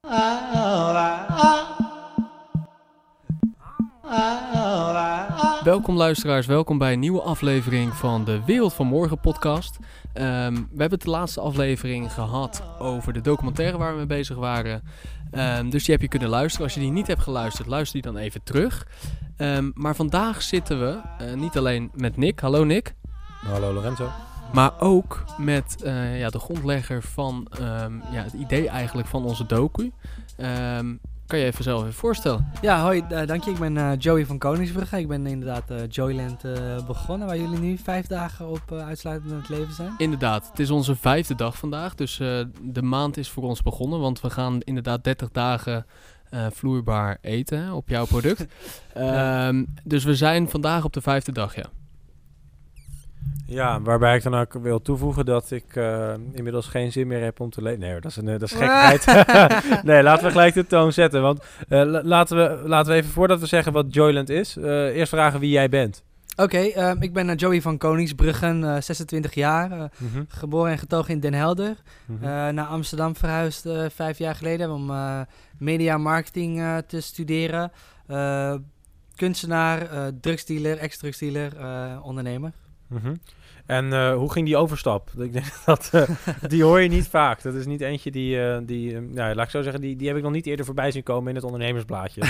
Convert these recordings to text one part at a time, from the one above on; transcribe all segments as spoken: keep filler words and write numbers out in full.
Welkom luisteraars, welkom bij een nieuwe aflevering van de Wereld van Morgen podcast. Um, we hebben het de laatste aflevering gehad over de documentaire waar we mee bezig waren. Um, dus die heb je kunnen luisteren. Als je die niet hebt geluisterd, luister die dan even terug. Um, maar vandaag zitten we uh, niet alleen met Nick. Hallo Nick. Hallo Lorenzo. Maar ook met uh, ja, de grondlegger van um, ja, het idee eigenlijk van onze docu. Um, kan je even zelf even voorstellen? Ja, hoi, uh, dank je. Ik ben uh, Joey van Koningsbrugge. Ik ben inderdaad uh, Joyland uh, begonnen, waar jullie nu vijf dagen op uh, uitsluitend in het leven zijn. Inderdaad, het is onze vijfde dag vandaag, dus uh, de maand is voor ons begonnen, want we gaan inderdaad dertig dagen uh, vloeibaar eten op jouw product. um, dus we zijn vandaag op de vijfde dag, ja. Ja, waarbij ik dan ook wil toevoegen dat ik uh, inmiddels geen zin meer heb om te leven. Nee, dat is een dat is gekheid. Nee, laten we gelijk de toon zetten. Want uh, la- laten, we, laten we even, voordat we zeggen wat Joyland is, uh, eerst vragen wie jij bent. Oké, okay, uh, ik ben uh, Joey van Koningsbrugge, uh, zesentwintig jaar, uh, mm-hmm. geboren en getogen in Den Helder. Mm-hmm. Uh, naar Amsterdam verhuisd uh, vijf jaar geleden om uh, media marketing uh, te studeren. Uh, kunstenaar, uh, drugsdealer, ex-drugsdealer, uh, ondernemer. Mm-hmm. En uh, hoe ging die overstap? Ik denk dat uh, die hoor je niet vaak. Dat is niet eentje die, uh, die uh, nou, laat ik zo zeggen, die, die heb ik nog niet eerder voorbij zien komen in het ondernemersblaadje.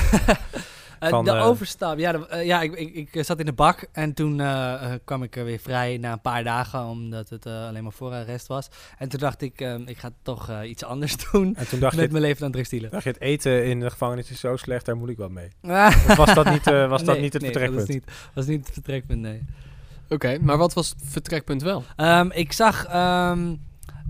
Van, de uh, overstap, ja, de, uh, ja ik, ik, ik zat in de bak en toen uh, uh, kwam ik uh, weer vrij na een paar dagen, omdat het uh, alleen maar voorarrest was. En toen dacht ik, uh, ik ga toch uh, iets anders doen en toen dacht met je mijn leven dan drugsdealen. Dacht je, het eten in de gevangenis is zo slecht, daar moet ik wel mee. Of was dat niet, uh, was nee, dat niet het nee, vertrekpunt? dat was niet, was niet het vertrekpunt, nee. Oké, okay, maar wat was het vertrekpunt wel? Um, ik zag... Um,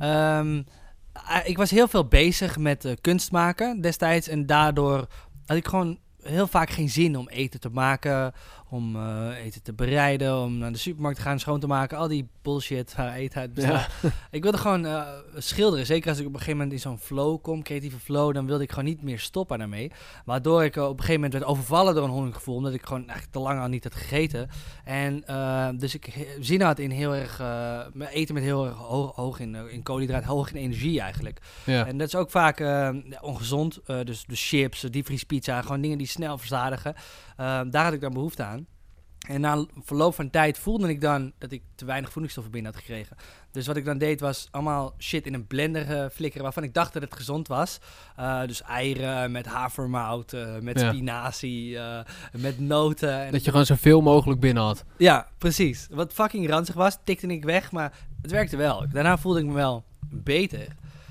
um, ik was heel veel bezig met uh, kunst maken destijds. En daardoor had ik gewoon heel vaak geen zin om eten te maken, om uh, eten te bereiden, om naar de supermarkt te gaan, schoon te maken. Al die bullshit waar eten uit bestaat. Ja. Ik wilde gewoon uh, schilderen. Zeker als ik op een gegeven moment in zo'n flow kom, creatieve flow, dan wilde ik gewoon niet meer stoppen daarmee. Waardoor ik uh, op een gegeven moment werd overvallen door een hongergevoel, omdat ik gewoon eigenlijk te lang al niet had gegeten. En uh, dus ik he- zin had in heel erg, uh, eten met heel erg hoog, hoog in, uh, in koolhydraat, hoog in energie eigenlijk. Ja. En dat is ook vaak uh, ongezond. Uh, dus de chips, uh, diepvriespizza, gewoon dingen die snel verzadigen. Uh, daar had ik dan behoefte aan. En na verloop van tijd voelde ik dan dat ik te weinig voedingsstoffen binnen had gekregen. Dus wat ik dan deed was allemaal shit in een blender uh, flikkeren waarvan ik dacht dat het gezond was. Uh, dus eieren met havermout, uh, met ja. spinazie, uh, met noten. En dat je gewoon zoveel mogelijk binnen had. Ja, precies. Wat fucking ranzig was, tikte ik weg, maar het werkte wel. Daarna voelde ik me wel beter.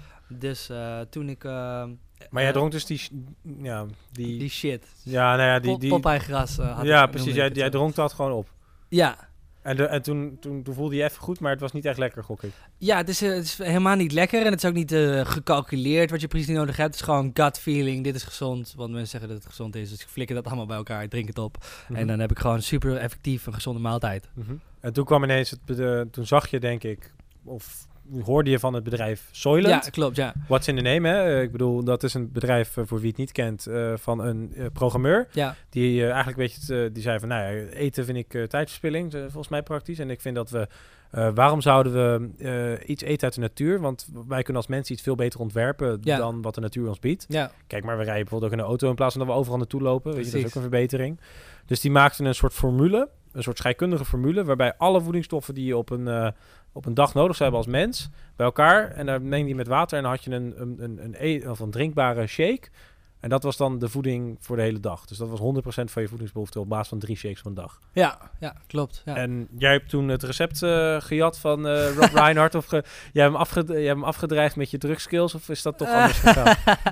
Dus uh, toen ik... Uh, Maar jij dronk dus die... Ja, die, die shit. Ja, nou ja, die... die Popeye-gras uh, had Ja, ik, precies. Jij, jij dronk dat gewoon op. Ja. En, de, en toen, toen, toen voelde je even goed, maar het was niet echt lekker, gok ik. Ja, het is, uh, het is helemaal niet lekker. En het is ook niet uh, gecalculeerd wat je precies nodig hebt. Het is gewoon gut feeling. Dit is gezond. Want mensen zeggen dat het gezond is. Dus ik flikker dat allemaal bij elkaar. Ik drink het op. Mm-hmm. En dan heb ik gewoon super effectief een gezonde maaltijd. Mm-hmm. En toen kwam ineens... Het, de, toen zag je, denk ik... Of... hoorde je van het bedrijf Soylent. Ja, klopt, ja. What's in the name, hè? Uh, ik bedoel, dat is een bedrijf, uh, voor wie het niet kent, uh, van een uh, programmeur. Ja. Die uh, eigenlijk, weet je, uh, die zei van, nou ja, eten vind ik uh, tijdverspilling, uh, volgens mij praktisch. En ik vind dat we, uh, waarom zouden we uh, iets eten uit de natuur? Want wij kunnen als mensen iets veel beter ontwerpen ja. dan wat de natuur ons biedt. Ja. Kijk, maar we rijden bijvoorbeeld ook in een auto in plaats van dat we overal naartoe lopen. Weet je, dat is ook een verbetering. Dus die maakten een soort formule, een soort scheikundige formule, waarbij alle voedingsstoffen die je op een... Uh, op een dag nodig zou hebben als mens, bij elkaar. En daar meng je met water en dan had je een, een, een, een, e- of een drinkbare shake. En dat was dan de voeding voor de hele dag. Dus dat was honderd procent van je voedingsbehoefte op basis van drie shakes van een dag. Ja, ja, klopt. Ja. En jij hebt toen het recept uh, gejat van uh, Rob Reinhardt. Of ge- jij, hebt hem afge- jij hebt hem afgedreigd met je drugskills, of is dat toch anders gegaan?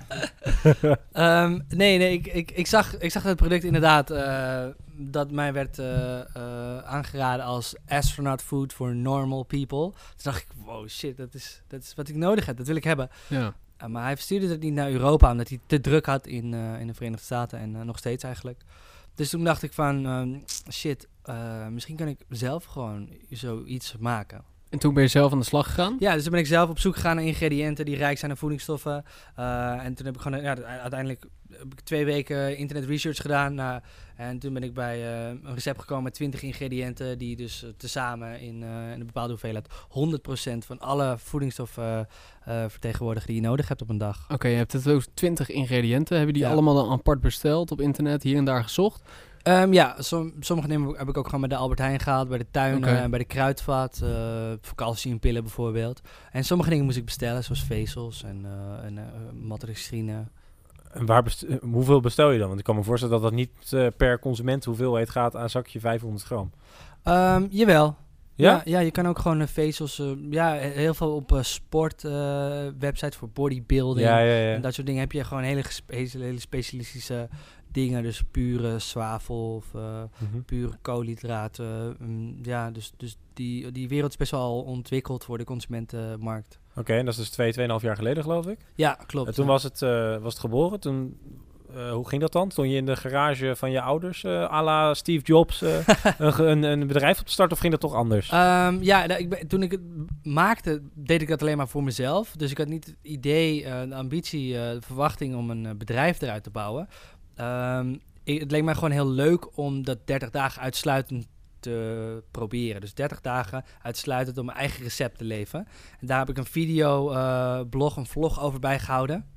um, nee, nee, ik, ik, ik, zag, ik zag het product inderdaad... Uh, dat mij werd uh, uh, aangeraden als astronaut food for normal people. Toen dacht ik, wow, shit, dat is, dat is wat ik nodig heb. Dat wil ik hebben. Ja. Uh, maar hij verstuurde het niet naar Europa, omdat hij te druk had in, uh, in de Verenigde Staten. En uh, nog steeds eigenlijk. Dus toen dacht ik van, um, shit, uh, misschien kan ik zelf gewoon zoiets maken. En toen ben je zelf aan de slag gegaan? Ja, dus toen ben ik zelf op zoek gegaan naar ingrediënten die rijk zijn aan voedingsstoffen. Uh, en toen heb ik gewoon, ja, uiteindelijk heb ik twee weken internet research gedaan. Nou, en toen ben ik bij uh, een recept gekomen met twintig ingrediënten die dus uh, tezamen in, uh, in een bepaalde hoeveelheid honderd procent van alle voedingsstoffen uh, uh, vertegenwoordigen die je nodig hebt op een dag. Oké, okay, je hebt het ook twintig ingrediënten. Hebben die ja. allemaal dan apart besteld op internet, hier en daar gezocht? Um, ja, som, sommige nemen heb ik ook gewoon bij de Albert Heijn gehaald, bij de tuin okay. en bij de Kruidvat, uh, voor calciumpillen bijvoorbeeld. En sommige dingen moest ik bestellen, zoals vezels en, uh, en uh, maltodextrine. En waar best- hoeveel bestel je dan? Want ik kan me voorstellen dat dat niet uh, per consument hoeveelheid gaat aan zakje vijfhonderd gram. Um, jawel. Ja? ja? Ja, je kan ook gewoon uh, vezels, uh, ja, heel veel op uh, sport, uh, websites voor bodybuilding. Ja, ja, ja. En dat soort dingen heb je gewoon hele, gespe- hele specialistische dingen. Dus pure zwavel of uh, mm-hmm. pure koolhydraten. Um, ja, dus, dus die, die wereld is best wel ontwikkeld voor de consumentenmarkt. Oké, okay, en dat is dus twee, tweeënhalf jaar geleden, geloof ik? Ja, klopt. En toen ja. was, het, uh, was het geboren. Toen, uh, hoe ging dat dan? Stond je in de garage van je ouders, uh, à la Steve Jobs, uh, een, een, een bedrijf op te starten, of ging dat toch anders? Um, ja, nou, ik ben, toen ik het maakte, deed ik dat alleen maar voor mezelf. Dus ik had niet het idee, uh, de ambitie, uh, de verwachting om een uh, bedrijf eruit te bouwen. Um, ik, het leek mij gewoon heel leuk om dat dertig dagen uitsluitend te proberen. Dus dertig dagen uitsluitend om mijn eigen recept te leven. En daar heb ik een video, uh, blog, een vlog over bijgehouden.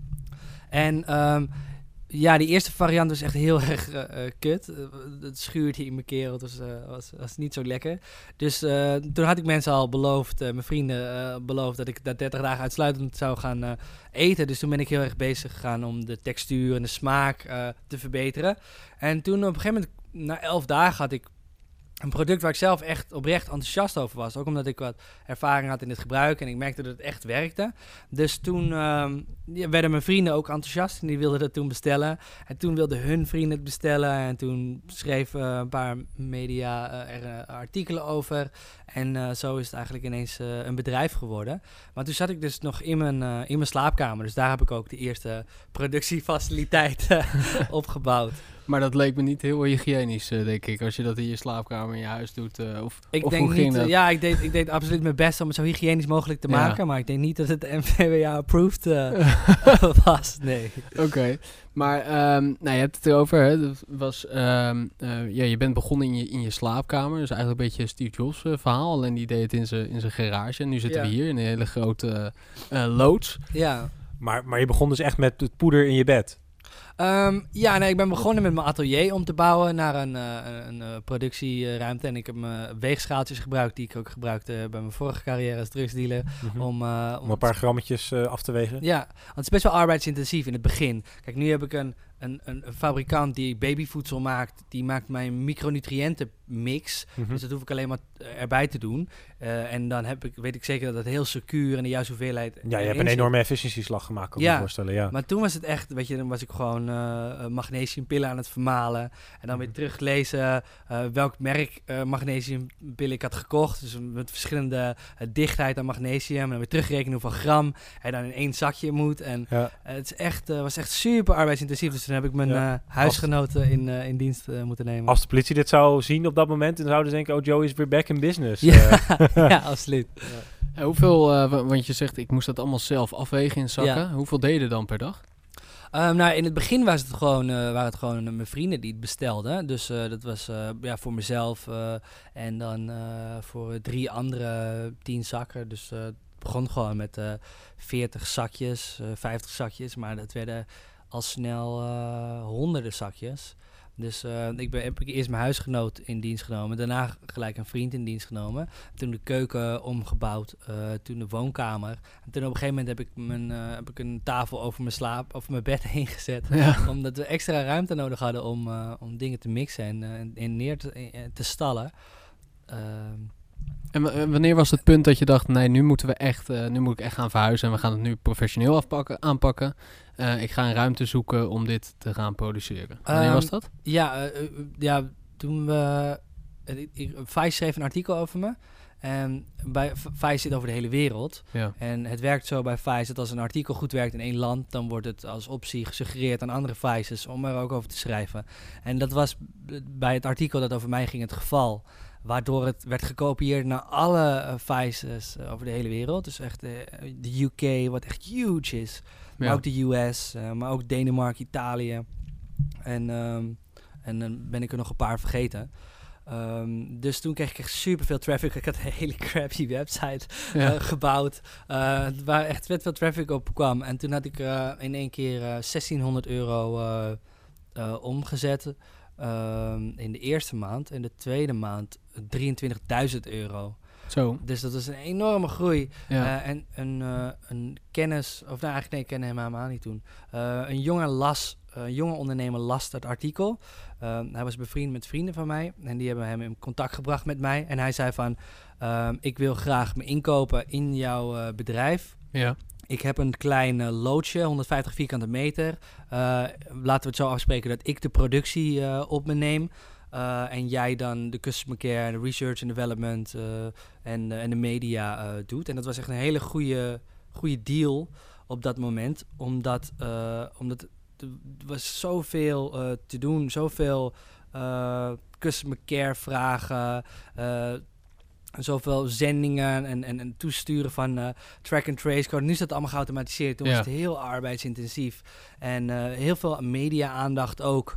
En um, ja, die eerste variant was echt heel erg uh, uh, kut. Uh, het schuurt hier in mijn keel. Het was, uh, was, was niet zo lekker. Dus uh, toen had ik mensen al beloofd, uh, mijn vrienden uh, beloofd, dat ik dat dertig dagen uitsluitend zou gaan uh, eten. Dus toen ben ik heel erg bezig gegaan om de textuur en de smaak uh, te verbeteren. En toen op een gegeven moment, na elf dagen, had ik een product waar ik zelf echt oprecht enthousiast over was. Ook omdat ik wat ervaring had in het gebruik en ik merkte dat het echt werkte. Dus toen um, ja, werden mijn vrienden ook enthousiast en die wilden dat toen bestellen. En toen wilden hun vrienden het bestellen en toen schreven uh, een paar media uh, er uh, artikelen over. En uh, zo is het eigenlijk ineens uh, een bedrijf geworden. Maar toen zat ik dus nog in mijn, uh, in mijn slaapkamer. Dus daar heb ik ook de eerste productiefaciliteit uh, opgebouwd. Maar dat leek me niet heel hygiënisch, uh, denk ik, als je dat in je slaapkamer in je huis doet. Uh, of, ik of denk hoe ging niet, dat? Uh, ja, ik deed, ik deed absoluut mijn best om het zo hygiënisch mogelijk te ja. maken. Maar ik denk niet dat het M V W A-approved uh, was, nee. Oké, okay. Maar um, nou, je hebt het erover, hè. Dat was, um, uh, ja, je bent begonnen in je, in je slaapkamer. Dus eigenlijk een beetje een Steve Jobs uh, verhaal. Alleen die deed het in zijn in zijn garage. En nu zitten ja. we hier in een hele grote uh, uh, loods. Ja. Maar, maar je begon dus echt met het poeder in je bed? Um, ja, nee, ik ben begonnen met mijn atelier om te bouwen naar een, uh, een uh, productieruimte. En ik heb mijn weegschaaltjes gebruikt die ik ook gebruikte bij mijn vorige carrière als drugsdealer. Mm-hmm. Om, uh, om, om een paar grammetjes uh, af te wegen? Ja, want het is best wel arbeidsintensief in het begin. Kijk, nu heb ik een, een, een, een fabrikant die babyvoedsel maakt. Die maakt mijn micronutriëntenmix. Mm-hmm. Dus dat hoef ik alleen maar erbij te doen. Uh, en dan heb ik, weet ik zeker dat het heel secuur en de juiste hoeveelheid. Ja, je hebt een enorme efficiëntieslag gemaakt, kan ik ja, me voorstellen. Ja, maar toen was het echt, weet je, dan was ik gewoon uh, magnesiumpillen aan het vermalen. En dan mm-hmm. weer teruglezen uh, welk merk uh, magnesiumpillen ik had gekocht. Dus met verschillende uh, dichtheid aan magnesium. En dan weer terugrekenen hoeveel gram hij dan in één zakje moet. En ja. uh, het is echt, uh, was echt super arbeidsintensief. Dus toen heb ik mijn ja. uh, huisgenoten in, uh, in dienst uh, moeten nemen. Als de politie dit zou zien op dat moment, dan zouden ze denken, oh, Joey is weer back in business. Ja, uh. ja absoluut. Ja. Ja, hoeveel, uh, w- want je zegt, ik moest dat allemaal zelf afwegen in zakken. Ja. Hoeveel deed je dan per dag? Um, nou, in het begin was het gewoon, uh, waren het gewoon uh, mijn vrienden die het bestelden. Dus uh, dat was uh, ja, voor mezelf uh, en dan uh, voor drie andere tien zakken. Dus uh, het begon gewoon met uh, veertig zakjes, uh, vijftig zakjes. Maar dat werden al snel uh, honderden zakjes. Dus uh, ik ben, heb ik eerst mijn huisgenoot in dienst genomen. Daarna gelijk een vriend in dienst genomen. Toen de keuken omgebouwd. Uh, toen de woonkamer. En toen op een gegeven moment heb ik, mijn, uh, heb ik een tafel over mijn slaap, over mijn bed heen gezet. Ja. Omdat we extra ruimte nodig hadden om, uh, om dingen te mixen en, uh, en neer te, uh, te stallen. Uh, En w- wanneer was het punt dat je dacht, nee, nu moeten we echt, uh, nu moet ik echt gaan verhuizen en we gaan het nu professioneel afpakken, aanpakken. Uh, ik ga een ruimte zoeken om dit te gaan produceren. Wanneer um, was dat? Ja, uh, uh, ja toen we... Uh, ik, Vice schreef een artikel over me. En bij Vice zit over de hele wereld. Ja. En het werkt zo bij Vice dat als een artikel goed werkt in één land, dan wordt het als optie gesuggereerd aan andere Vices om er ook over te schrijven. En dat was bij het artikel dat over mij ging het geval. Waardoor het werd gekopieerd naar alle uh, Vices uh, over de hele wereld. Dus echt uh, de U K, wat echt huge is. Maar Ja. ook de U S, uh, maar ook Denemarken, Italië. En, um, en dan ben ik er nog een paar vergeten. Um, dus toen kreeg ik echt super veel traffic. Ik had een hele crappy website Ja. uh, gebouwd. Uh, waar echt vet veel traffic op kwam. En toen had ik uh, in één keer uh, zestienhonderd euro uh, uh, omgezet. Uh, in de eerste maand. En de tweede maand drieëntwintigduizend euro. Zo. Dus dat was een enorme groei. Ja. Uh, en een, uh, een kennis, of nou eigenlijk nee, ik kende hem helemaal niet toen. Uh, een jonge las, uh, een jonge ondernemer las dat artikel. Uh, hij was bevriend met vrienden van mij. En die hebben hem in contact gebracht met mij. En hij zei van, uh, ik wil graag me inkopen in jouw uh, bedrijf. Ja. Ik heb een klein uh, loodje, honderdvijftig vierkante meter. Uh, laten we het zo afspreken dat ik de productie uh, op me neem. Uh, en jij dan de customer care, de research en development uh, en, uh, en de media uh, doet. En dat was echt een hele goede, goede deal op dat moment. Omdat, uh, omdat er was zoveel uh, te doen, zoveel uh, customer care vragen, uh, zoveel zendingen en, en, en toesturen van uh, track and trace code. Nu is dat allemaal geautomatiseerd. Toen Ja. was het heel arbeidsintensief. En uh, heel veel media-aandacht ook.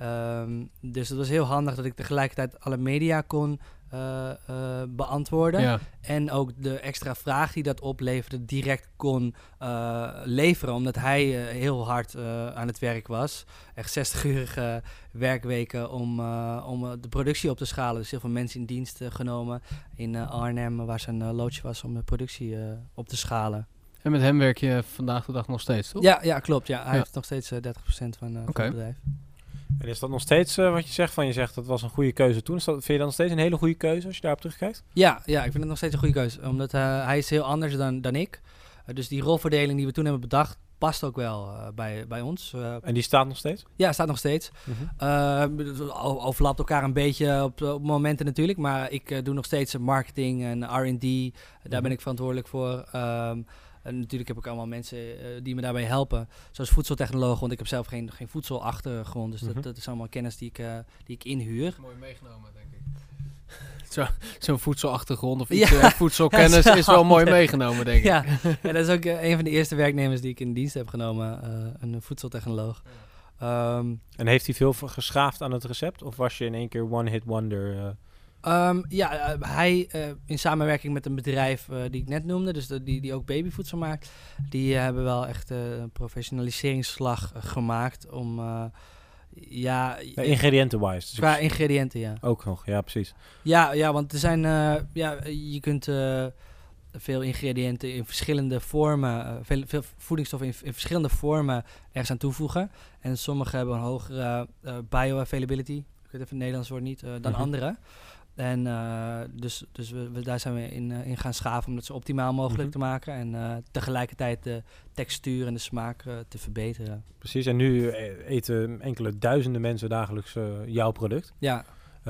Um, dus het was heel handig dat ik tegelijkertijd alle media kon uh, uh, beantwoorden. Ja. En ook de extra vraag die dat opleverde direct kon uh, leveren. Omdat hij uh, heel hard uh, aan het werk was. Echt zestig-urige werkweken om, uh, om uh, de productie op te schalen. Dus heel veel mensen in dienst uh, genomen in uh, Arnhem, waar zijn uh, loodje was om de productie uh, op te schalen. En met hem werk je vandaag de dag nog steeds, toch? Ja, ja, klopt. Ja. Hij Ja. heeft nog steeds uh, dertig procent van, uh, Oké. van het bedrijf. En is dat nog steeds uh, wat je zegt van je zegt dat was een goede keuze toen? Is dat, vind je dat nog steeds een hele goede keuze als je daarop terugkijkt? Ja, ja, ik vind het nog steeds een goede keuze. Omdat uh, hij is heel anders dan, dan ik. Uh, dus die rolverdeling die we toen hebben bedacht, past ook wel uh, bij, bij ons. Uh, En die staat nog steeds? ja, staat nog steeds. Mm-hmm. Uh, overlapt elkaar een beetje op, op momenten natuurlijk. Maar ik uh, doe nog steeds marketing en R en D. Daar Mhm. ben ik verantwoordelijk voor. Um, En natuurlijk heb ik allemaal mensen uh, die me daarbij helpen. Zoals voedseltechnologen, want ik heb zelf geen, geen voedselachtergrond. Dus Mhm. dat, dat is allemaal kennis die ik, uh, die ik inhuur. Mooi meegenomen, denk ik. Zo, zo'n voedselachtergrond of Ja. iets, uh, voedselkennis Ja, is wel mooi handig. meegenomen, denk ik. Ja, ja, dat is ook uh, een van de eerste werknemers die ik in dienst heb genomen. Uh, een voedseltechnoloog. Um, En heeft hij veel v- geschaafd aan het recept? Of was je in één keer one-hit wonder? Uh, Um, ja, uh, hij uh, in samenwerking met een bedrijf uh, die ik net noemde, dus de, die, die ook babyvoedsel maakt, die uh, hebben wel echt uh, een professionaliseringsslag uh, gemaakt om, uh, ja... uh, ingrediënten-wise. Dus Qua ik- ingrediënten, ja. ook nog, ja precies. Ja, ja, want er zijn, uh, ja, je kunt uh, veel ingrediënten in verschillende vormen, uh, veel, veel voedingsstoffen in, in verschillende vormen ergens aan toevoegen. En sommige hebben een hogere uh, bioavailability, ik weet even het Nederlands woord niet, uh, dan Mhm. andere. En uh, dus, dus we, we, daar zijn we in, uh, in gaan schaven om dat zo optimaal mogelijk Mhm. te maken. En uh, tegelijkertijd de textuur en de smaak uh, te verbeteren. Precies, en nu e- eten enkele duizenden mensen dagelijks uh, jouw product. Ja,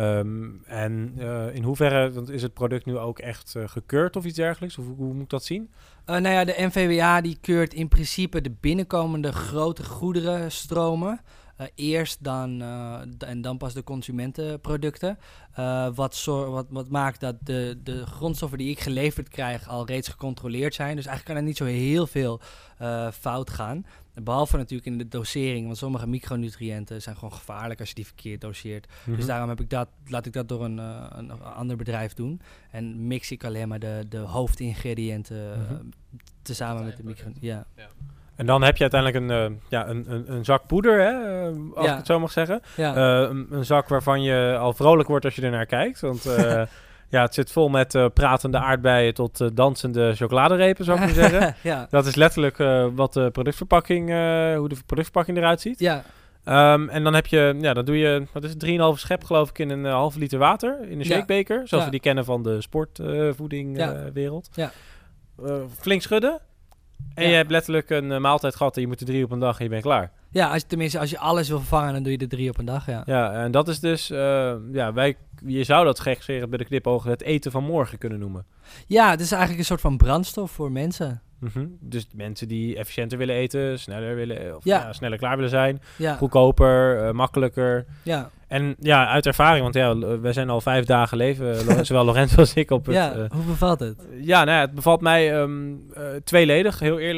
Um, en uh, in hoeverre want is het product nu ook echt uh, gekeurd of iets dergelijks? Of hoe, hoe moet ik dat zien? Uh, nou ja, de N V W A die keurt in principe de binnenkomende grote goederenstromen. Uh, eerst dan, uh, d- en dan pas de consumentenproducten. Uh, wat, zor- wat, wat maakt dat de, de grondstoffen die ik geleverd krijg al reeds gecontroleerd zijn. Dus eigenlijk kan er niet zo heel veel uh, fout gaan. Behalve natuurlijk in de dosering, want sommige micronutriënten zijn gewoon gevaarlijk als je die verkeerd doseert. Mhm. Dus daarom heb ik dat, laat ik dat door een, uh, een ander bedrijf doen. En mix ik alleen maar de, de hoofdingrediënten uh, Mhm. tezamen met de micro. Ja. En dan heb je uiteindelijk een, uh, ja, een, een, een zak poeder, hè, uh, als Ja. ik het zo mag zeggen. Ja. Uh, een, een zak waarvan je al vrolijk wordt als je er naar kijkt. Want uh, ja, het zit vol met uh, pratende aardbeien tot uh, dansende chocoladerepen, zou ik maar zeggen. ja. Dat is letterlijk uh, wat de productverpakking, uh, hoe de productverpakking eruit ziet. Ja. Um, en dan heb je, ja, dan doe je, wat is het, drieënhalve schep geloof ik in een uh, halve liter water in een Ja. shakebeker. Zoals Ja. we die kennen van de sportvoedingwereld. Ja. Uh, ja. uh, flink schudden. En Ja. je hebt letterlijk een uh, maaltijd gehad en je moet er drie op een dag en je bent klaar. Ja, als je, tenminste, als je alles wil vervangen, dan doe je er drie op een dag, ja. Ja, en dat is dus, uh, ja, wij, je zou dat gekscherend bij de knipogen het eten van morgen kunnen noemen. Ja, het is eigenlijk een soort van brandstof voor mensen. Mm-hmm. Dus mensen die efficiënter willen eten, sneller willen, of Ja. ja, sneller klaar willen zijn, Ja, goedkoper, uh, makkelijker. ja, En ja, uit ervaring, want ja, l- wij zijn al vijf dagen leven, Lo- zowel Lorenzo als ik op het... ja. uh, Hoe bevalt het? ja, nou ja, het bevalt mij um, uh, tweeledig, heel eerlijk.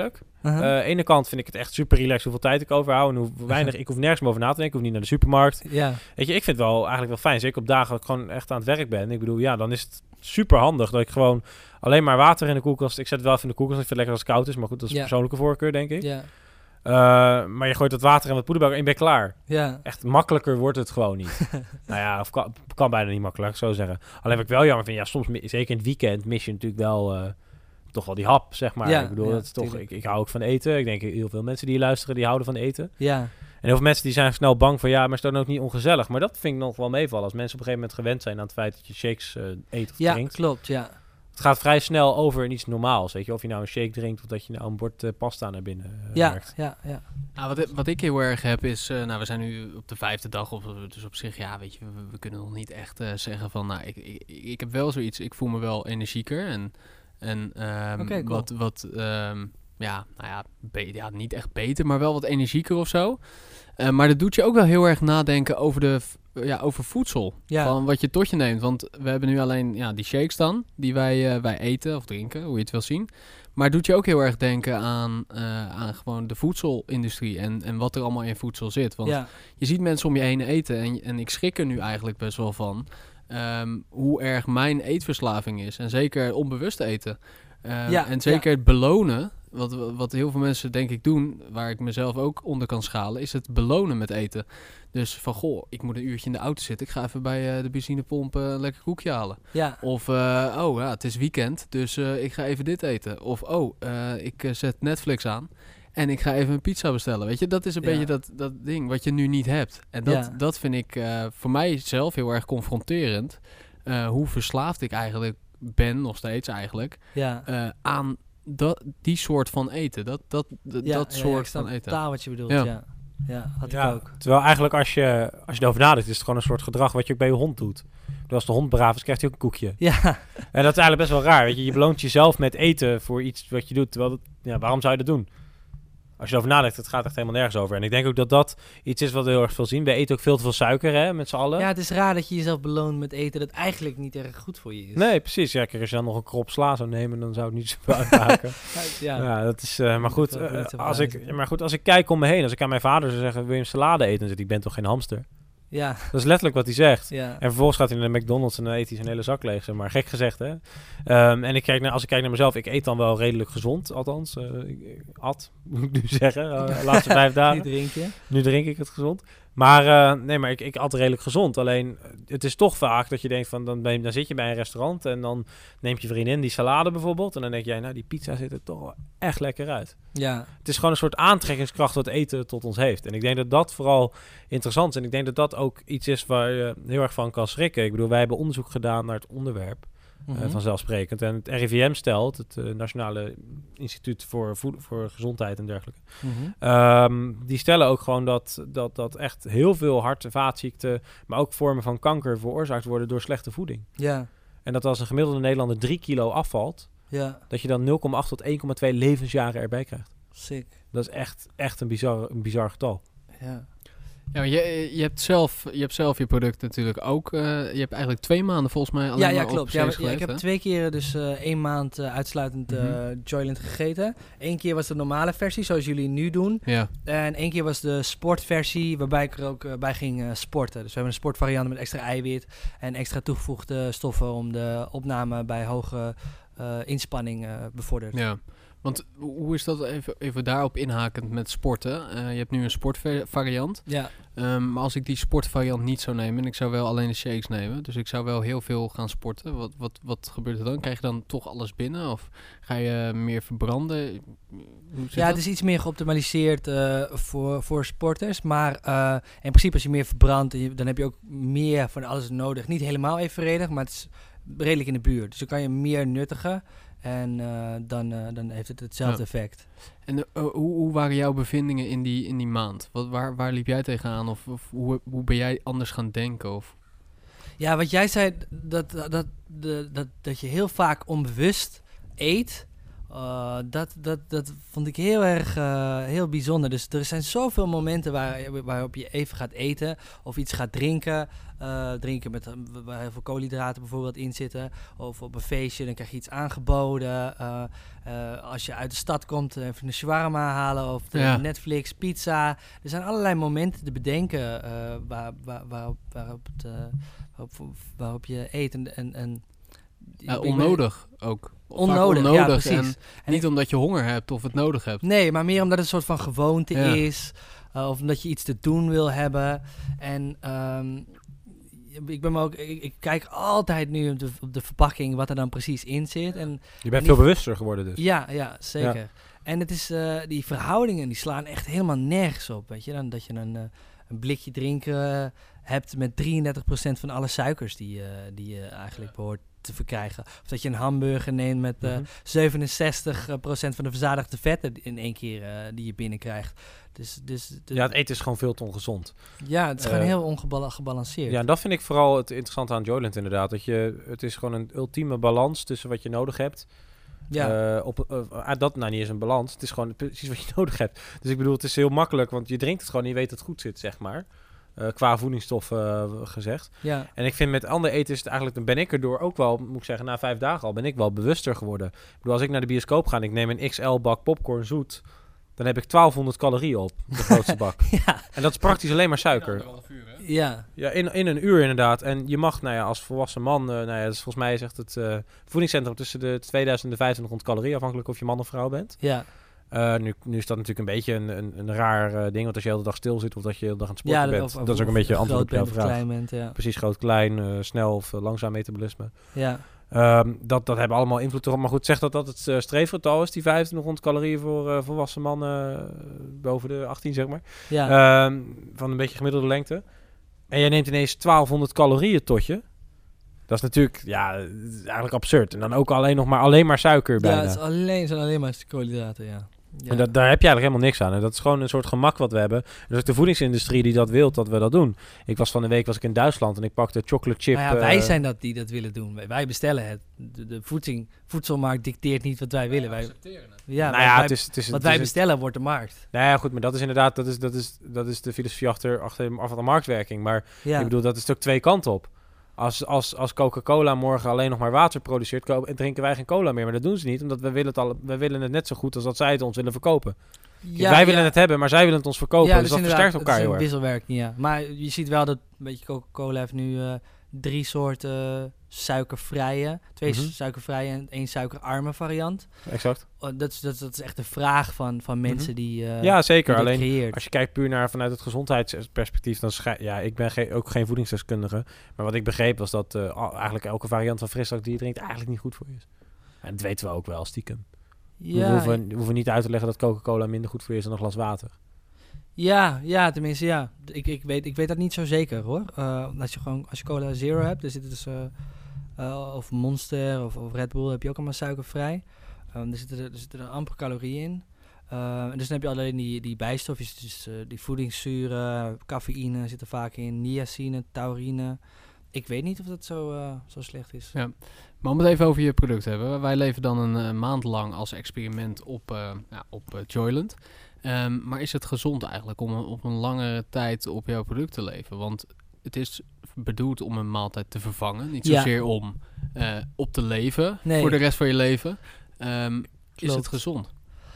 Uh-huh. Uh, aan de ene kant vind ik het echt super relaxed hoeveel tijd ik overhoud. En hoe weinig, ik hoef nergens meer over na te denken. Ik hoef niet naar de supermarkt. Ja. Weet je, ik vind het wel eigenlijk wel fijn. Zeker op dagen dat ik gewoon echt aan het werk ben. Ik bedoel, ja, dan is het super handig dat ik gewoon alleen maar water in de koelkast... Ik zet het wel even in de koelkast. Ik vind het lekker als het koud is. Maar goed, dat is Ja. persoonlijke voorkeur, denk ik. Ja. Uh, maar je gooit dat water en wat poeder bij elkaar en je bent klaar. Ja. Echt makkelijker wordt het gewoon niet. Nou ja, of kan, kan bijna niet makkelijk, zo zeggen. Alleen wat ik wel jammer vind, ja, soms, zeker in het weekend, mis je natuurlijk wel... Uh, toch wel die hap, zeg maar. Ja, ik bedoel, ja, dat is toch, ik, ik hou ook van eten. Ik denk heel veel mensen die luisteren, die houden van eten. Ja. En heel veel mensen die zijn snel bang van, ja, maar is dat ook niet ongezellig? Maar dat vind ik nog wel meevallen. Als mensen op een gegeven moment gewend zijn aan het feit dat je shakes uh, eet of Ja, drinkt. klopt, ja. Het gaat vrij snel over in iets normaals, weet je. Of je nou een shake drinkt of dat je nou een bord uh, pasta naar binnen uh, Ja, werkt. ja, ja. Nou, wat, wat ik heel erg heb is, uh, nou we zijn nu op de vijfde dag, of, dus op zich, ja weet je, we, we kunnen nog niet echt uh, zeggen van, nou ik, ik, ik heb wel zoiets, ik voel me wel energieker en... En um, okay, cool. wat, wat um, ja, nou ja, be- ja, niet echt beter, maar wel wat energieker of zo. Uh, maar dat doet je ook wel heel erg nadenken over, de, ja, over voedsel. Ja. Van wat je tot je neemt. Want we hebben nu alleen ja, die shakes dan, die wij, uh, wij eten of drinken, hoe je het wil zien. Maar het doet je ook heel erg denken aan, uh, aan gewoon de voedselindustrie en, en wat er allemaal in voedsel zit. Want ja. je ziet mensen om je heen eten en, en ik schrik er nu eigenlijk best wel van... Um, hoe erg mijn eetverslaving is. En zeker onbewust eten. Uh, ja, en zeker ja. het belonen, wat, wat heel veel mensen denk ik doen, waar ik mezelf ook onder kan schalen, is het belonen met eten. Dus van, goh, ik moet een uurtje in de auto zitten. Ik ga even bij uh, de benzinepomp uh, een lekker koekje halen. Ja. Of, uh, oh ja, het is weekend, dus uh, ik ga even dit eten. Of, oh, uh, ik uh, zet Netflix aan. En ik ga even een pizza bestellen, weet je. Dat is een ja. beetje dat, dat ding wat je nu niet hebt. En dat, ja. dat vind ik uh, voor mij zelf heel erg confronterend. Uh, hoe verslaafd ik eigenlijk ben, nog steeds eigenlijk, ja. uh, aan dat, die soort van eten. Dat, dat, dat, ja, dat ja, soort ja, van eten. Totaal wat je bedoelt, ja. ja. Ja, had ja, ik ook. Terwijl eigenlijk als je, als je erover nadenkt, is het gewoon een soort gedrag wat je ook bij je hond doet. Dus als de hond braaf is, krijgt hij ook een koekje. Ja. En dat is eigenlijk best wel raar, weet je. Je beloont jezelf met eten voor iets wat je doet. Terwijl dat, ja, waarom zou je dat doen? Als je erover nadenkt, het gaat echt helemaal nergens over. En ik denk ook dat dat iets is wat we heel erg veel zien. We eten ook veel te veel suiker, hè, met z'n allen. Ja, het is raar dat je jezelf beloont met eten dat eigenlijk niet erg goed voor je is. Nee, precies. Ja, kijk, als je dan nog een krop sla zou nemen, dan zou het niet zo uitmaken. ja. ja, dat is... Uh, maar, goed, uh, als ik, maar goed, als ik kijk om me heen, als ik aan mijn vader zou zeggen, wil je een salade eten? Dan zegt hij, ik ben toch geen hamster? Ja. Dat is letterlijk wat hij zegt. Ja. En vervolgens gaat hij naar de McDonald's en dan eet hij zijn hele zak leeg, zeg maar. Gek gezegd, hè? Um, en ik kijk naar, als ik kijk naar mezelf, ik eet dan wel redelijk gezond, althans. Uh, ik, ik at, moet ik nu zeggen, uh, de laatste vijf dagen. Nu drink je. Nu drink ik het gezond. Maar uh, nee, maar ik, ik at redelijk gezond. Alleen, het is toch vaak dat je denkt van, dan, ben je, dan zit je bij een restaurant en dan neemt je vriendin die salade bijvoorbeeld. En dan denk jij, nou, die pizza ziet er toch wel echt lekker uit. Ja. Het is gewoon een soort aantrekkingskracht wat eten tot ons heeft. En ik denk dat dat vooral interessant is. En ik denk dat dat ook iets is waar je heel erg van kan schrikken. Ik bedoel, wij hebben onderzoek gedaan naar het onderwerp. Mm-hmm. Uh, vanzelfsprekend. En het R I V M stelt, het uh, Nationale Instituut voor, Voed- voor Gezondheid en dergelijke. Mm-hmm. Um, die stellen ook gewoon dat, dat, dat echt heel veel hart- en vaatziekten, maar ook vormen van kanker veroorzaakt worden door slechte voeding. Ja. En dat als een gemiddelde Nederlander drie kilo afvalt, ja. dat je dan nul komma acht tot één komma twee levensjaren erbij krijgt. Sick. Dat is echt, echt een, bizar, een bizar getal. Ja. Ja, je, je, hebt zelf, je hebt zelf je product natuurlijk ook. Uh, je hebt eigenlijk twee maanden volgens mij alleen ja, ja, maar klopt. op Ja, geleefd, ja, ik heb hè? twee keer dus uh, één maand uh, uitsluitend uh, mm-hmm. Joyland gegeten. Eén keer was de normale versie, zoals jullie nu doen. Ja. En één keer was de sportversie, waarbij ik er ook uh, bij ging uh, sporten. Dus we hebben een sportvariant met extra eiwit en extra toegevoegde stoffen om de opname bij hoge uh, inspanning uh, bevordert. Ja. Want hoe is dat, even, even daarop inhakend met sporten? Uh, je hebt nu een sportvariant. Ja. Um, maar als ik die sportvariant niet zou nemen, en ik zou wel alleen de shakes nemen, dus ik zou wel heel veel gaan sporten. Wat, wat, wat gebeurt er dan? Krijg je dan toch alles binnen? Of ga je meer verbranden? Hoe ja, dat? Het is iets meer geoptimaliseerd uh, voor, voor sporters. Maar uh, in principe als je meer verbrandt, dan heb je ook meer van alles nodig. Niet helemaal evenredig, maar het is redelijk in de buurt. Dus dan kan je meer nuttigen. En uh, dan, uh, dan heeft het hetzelfde ja. effect. En uh, hoe, hoe waren jouw bevindingen in die, in die maand? Wat, waar, waar liep jij tegenaan? Of, of hoe, hoe ben jij anders gaan denken? Of? Ja, wat jij zei, dat, dat, dat, dat, dat je heel vaak onbewust eet. Uh, dat, dat, dat vond ik heel erg uh, heel bijzonder. Dus er zijn zoveel momenten waar, waarop je even gaat eten of iets gaat drinken. Uh, drinken met, waar heel veel koolhydraten bijvoorbeeld in zitten. Of op een feestje, dan krijg je iets aangeboden. Uh, uh, als je uit de stad komt, even een shawarma halen of de Ja. Netflix, pizza. Er zijn allerlei momenten te bedenken uh, waar, waar, waarop, waarop, het, uh, waarop, waarop je eet. En, en, en Uh, onnodig ook. Onnodig, onnodig, ja, precies. En, en niet ik, omdat je honger hebt of het nodig hebt. Nee, maar meer omdat het een soort van gewoonte ja. is. Uh, of omdat je iets te doen wil hebben. En um, ik ben me ook, ik, ik kijk altijd nu op de, op de verpakking wat er dan precies in zit. En, je bent en veel die, bewuster geworden dus. Ja, ja zeker. Ja. En het is, uh, die verhoudingen die slaan echt helemaal nergens op. Weet je? Dan dat je een, uh, een blikje drinken uh, hebt met drieëndertig procent van alle suikers die, uh, die je eigenlijk behoort te verkrijgen. Of dat je een hamburger neemt met uh, mm-hmm. zevenenzestig procent van de verzadigde vetten in één keer uh, die je binnenkrijgt. Dus, dus de, ja, het eten is gewoon veel te ongezond. Ja, het is uh, gewoon heel ongebalanceerd. Ja, en dat vind ik vooral het interessante aan Joyland inderdaad. Dat je, het is gewoon een ultieme balans tussen wat je nodig hebt. Ja. Uh, op, uh, dat nou niet eens een balans. Het is gewoon precies wat je nodig hebt. Dus ik bedoel, het is heel makkelijk, want je drinkt het gewoon en je weet dat het goed zit, zeg maar. Uh, qua voedingsstoffen uh, gezegd. Ja. En ik vind met ander eten is het eigenlijk, dan ben ik erdoor ook wel, moet ik zeggen, na vijf dagen al ben ik wel bewuster geworden. Ik bedoel, als ik naar de bioscoop ga en ik neem een X L bak popcorn zoet, dan heb ik twaalfhonderd calorieën op, de grootste bak. Ja. En dat is praktisch alleen maar suiker. Ja, ja in, in een uur inderdaad. En je mag, nou ja, als volwassen man, uh, nou ja, dus volgens mij zegt het uh, voedingscentrum tussen de tweeduizend en de vijfentwintighonderd calorieën, afhankelijk of je man of vrouw bent. Ja. Uh, nu, nu is dat natuurlijk een beetje een, een, een raar uh, ding, want als je de hele dag stil zit of dat je de hele dag aan het sporten ja, bent, of, of, dat is ook een beetje een antwoord op jouw vraag. Klein bent, ja. Precies, groot, klein, uh, snel of uh, langzaam metabolisme. Ja. Um, dat, dat hebben allemaal invloed erop. Maar goed, zeg dat dat het uh, streefgetal is, die vijfentwintighonderd calorieën voor uh, volwassen mannen uh, boven de achttien, zeg maar. Ja. Um, van een beetje gemiddelde lengte. En jij neemt ineens twaalfhonderd calorieën tot je. Dat is natuurlijk, ja, eigenlijk absurd. En dan ook alleen nog maar, alleen maar suiker bijna. Ja, het is alleen, zijn alleen maar koolhydraten, ja. Ja. En dat, daar heb je eigenlijk helemaal niks aan. En dat is gewoon een soort gemak wat we hebben. Dus ook de voedingsindustrie die dat wil, dat we dat doen. Ik was van de week was ik in Duitsland en ik pakte chocolate chip. Nou ja, wij uh, zijn dat die dat willen doen. Wij, wij bestellen het. De, de voeding, voedselmarkt dicteert niet wat wij ja, willen. Wij accepteren het. Ja, nou ja, wij, het is, het is, wat het wij is, bestellen wordt de markt. Nou ja, goed, maar dat is inderdaad, dat is, dat is, dat is de filosofie achter, achter, achter de marktwerking. Maar ja. ik bedoel, dat is ook twee kanten op. Als, als, als Coca-Cola morgen alleen nog maar water produceert, ko- drinken wij geen cola meer. Maar dat doen ze niet, omdat we willen het, al, we willen het net zo goed als dat zij het ons willen verkopen. Ja, wij willen ja. het hebben, maar zij willen het ons verkopen. Ja, dus, dus dat versterkt elkaar heel erg. Het is een wisselwerking, ja. Maar je ziet wel dat, weet je, Coca-Cola heeft nu uh, drie soorten uh, suikervrije. Twee mm-hmm. suikervrije en één suikerarme variant. Exact. Uh, dat, is, dat, dat is echt de vraag van, van mensen mm-hmm. die uh, ja, zeker. Die alleen creëert. Als je kijkt puur naar vanuit het gezondheidsperspectief, dan schij- ja, ik ben ge- ook geen voedingsdeskundige. Maar wat ik begreep was dat uh, eigenlijk elke variant van frisdrank die je drinkt eigenlijk niet goed voor je is. En dat weten we ook wel stiekem. Ja, we, hoeven, we hoeven niet uit te leggen dat Coca-Cola minder goed voor je is dan een glas water. Ja, ja, tenminste ja. Ik, ik, weet, ik weet dat niet zo zeker hoor. Uh, als je gewoon als je Cola Zero hebt, er zitten dus uh, uh, of Monster of, of Red Bull heb je ook allemaal suikervrij. Um, er zitten er, er zitten er amper calorieën in. Uh, en dus dan heb je alleen die, die bijstofjes, dus uh, die voedingszuren, cafeïne zit er vaak in, niacine, taurine. Ik weet niet of dat zo, uh, zo slecht is. Ja. Maar om het even over je product te hebben. Wij leven dan een uh, maand lang als experiment op, uh, ja, op uh, Joyland. Um, maar is het gezond eigenlijk om op een langere tijd op jouw product te leven? Want het is bedoeld om een maaltijd te vervangen. Niet zozeer ja. om uh, op te leven nee. voor de rest van je leven. Um, is het gezond?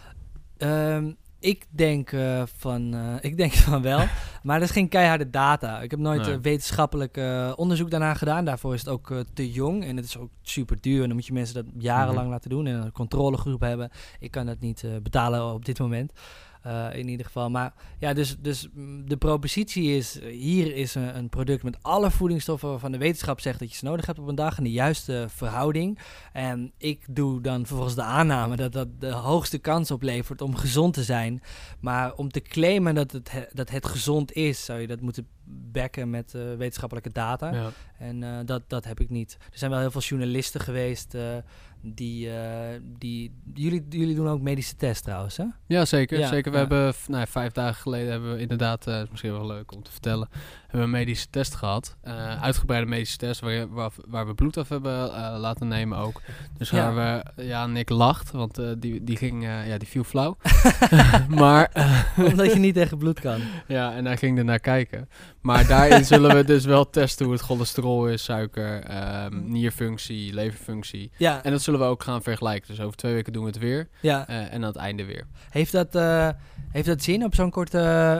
Um, ik denk, uh, van, uh, ik denk van wel, maar dat is geen keiharde data. Ik heb nooit nee. uh, wetenschappelijk uh, onderzoek daarna gedaan. Daarvoor is het ook uh, te jong en het is ook super duur. En dan moet je mensen dat jarenlang mm-hmm. laten doen en een controlegroep hebben. Ik kan dat niet uh, betalen op dit moment. Uh, in ieder geval. Maar ja, dus, dus de propositie is, hier is een, een product met alle voedingsstoffen waarvan de wetenschap zegt dat je ze nodig hebt op een dag in de juiste verhouding. En ik doe dan vervolgens de aanname dat dat de hoogste kans oplevert om gezond te zijn. Maar om te claimen dat het, he, dat het gezond is, zou je dat moeten backen met uh, wetenschappelijke data. Ja. En uh, dat, dat heb ik niet. Er zijn wel heel veel journalisten geweest uh, die, uh, die jullie, jullie doen ook medische test trouwens, hè? Ja, zeker. Ja, zeker. We ja. hebben v- nou, ja, vijf dagen geleden hebben we inderdaad, uh, is misschien wel leuk om te vertellen, hebben we een medische test gehad. Uh, uitgebreide medische test waar, waar, waar we bloed af hebben uh, laten nemen ook. Dus Ja. waar we, ja, Nick lacht, want uh, die, die ging, uh, ja, die viel flauw. maar, uh, Omdat je niet tegen bloed kan. ja, en hij ging er naar kijken. Maar daarin zullen we dus wel testen hoe het cholesterol is, suiker, um, nierfunctie, leverfunctie. Ja, En dat zullen we ook gaan vergelijken. Dus over twee weken doen we het weer. ja. Uh, en aan het einde weer. Heeft dat, uh, heeft dat zin op zo'n korte uh,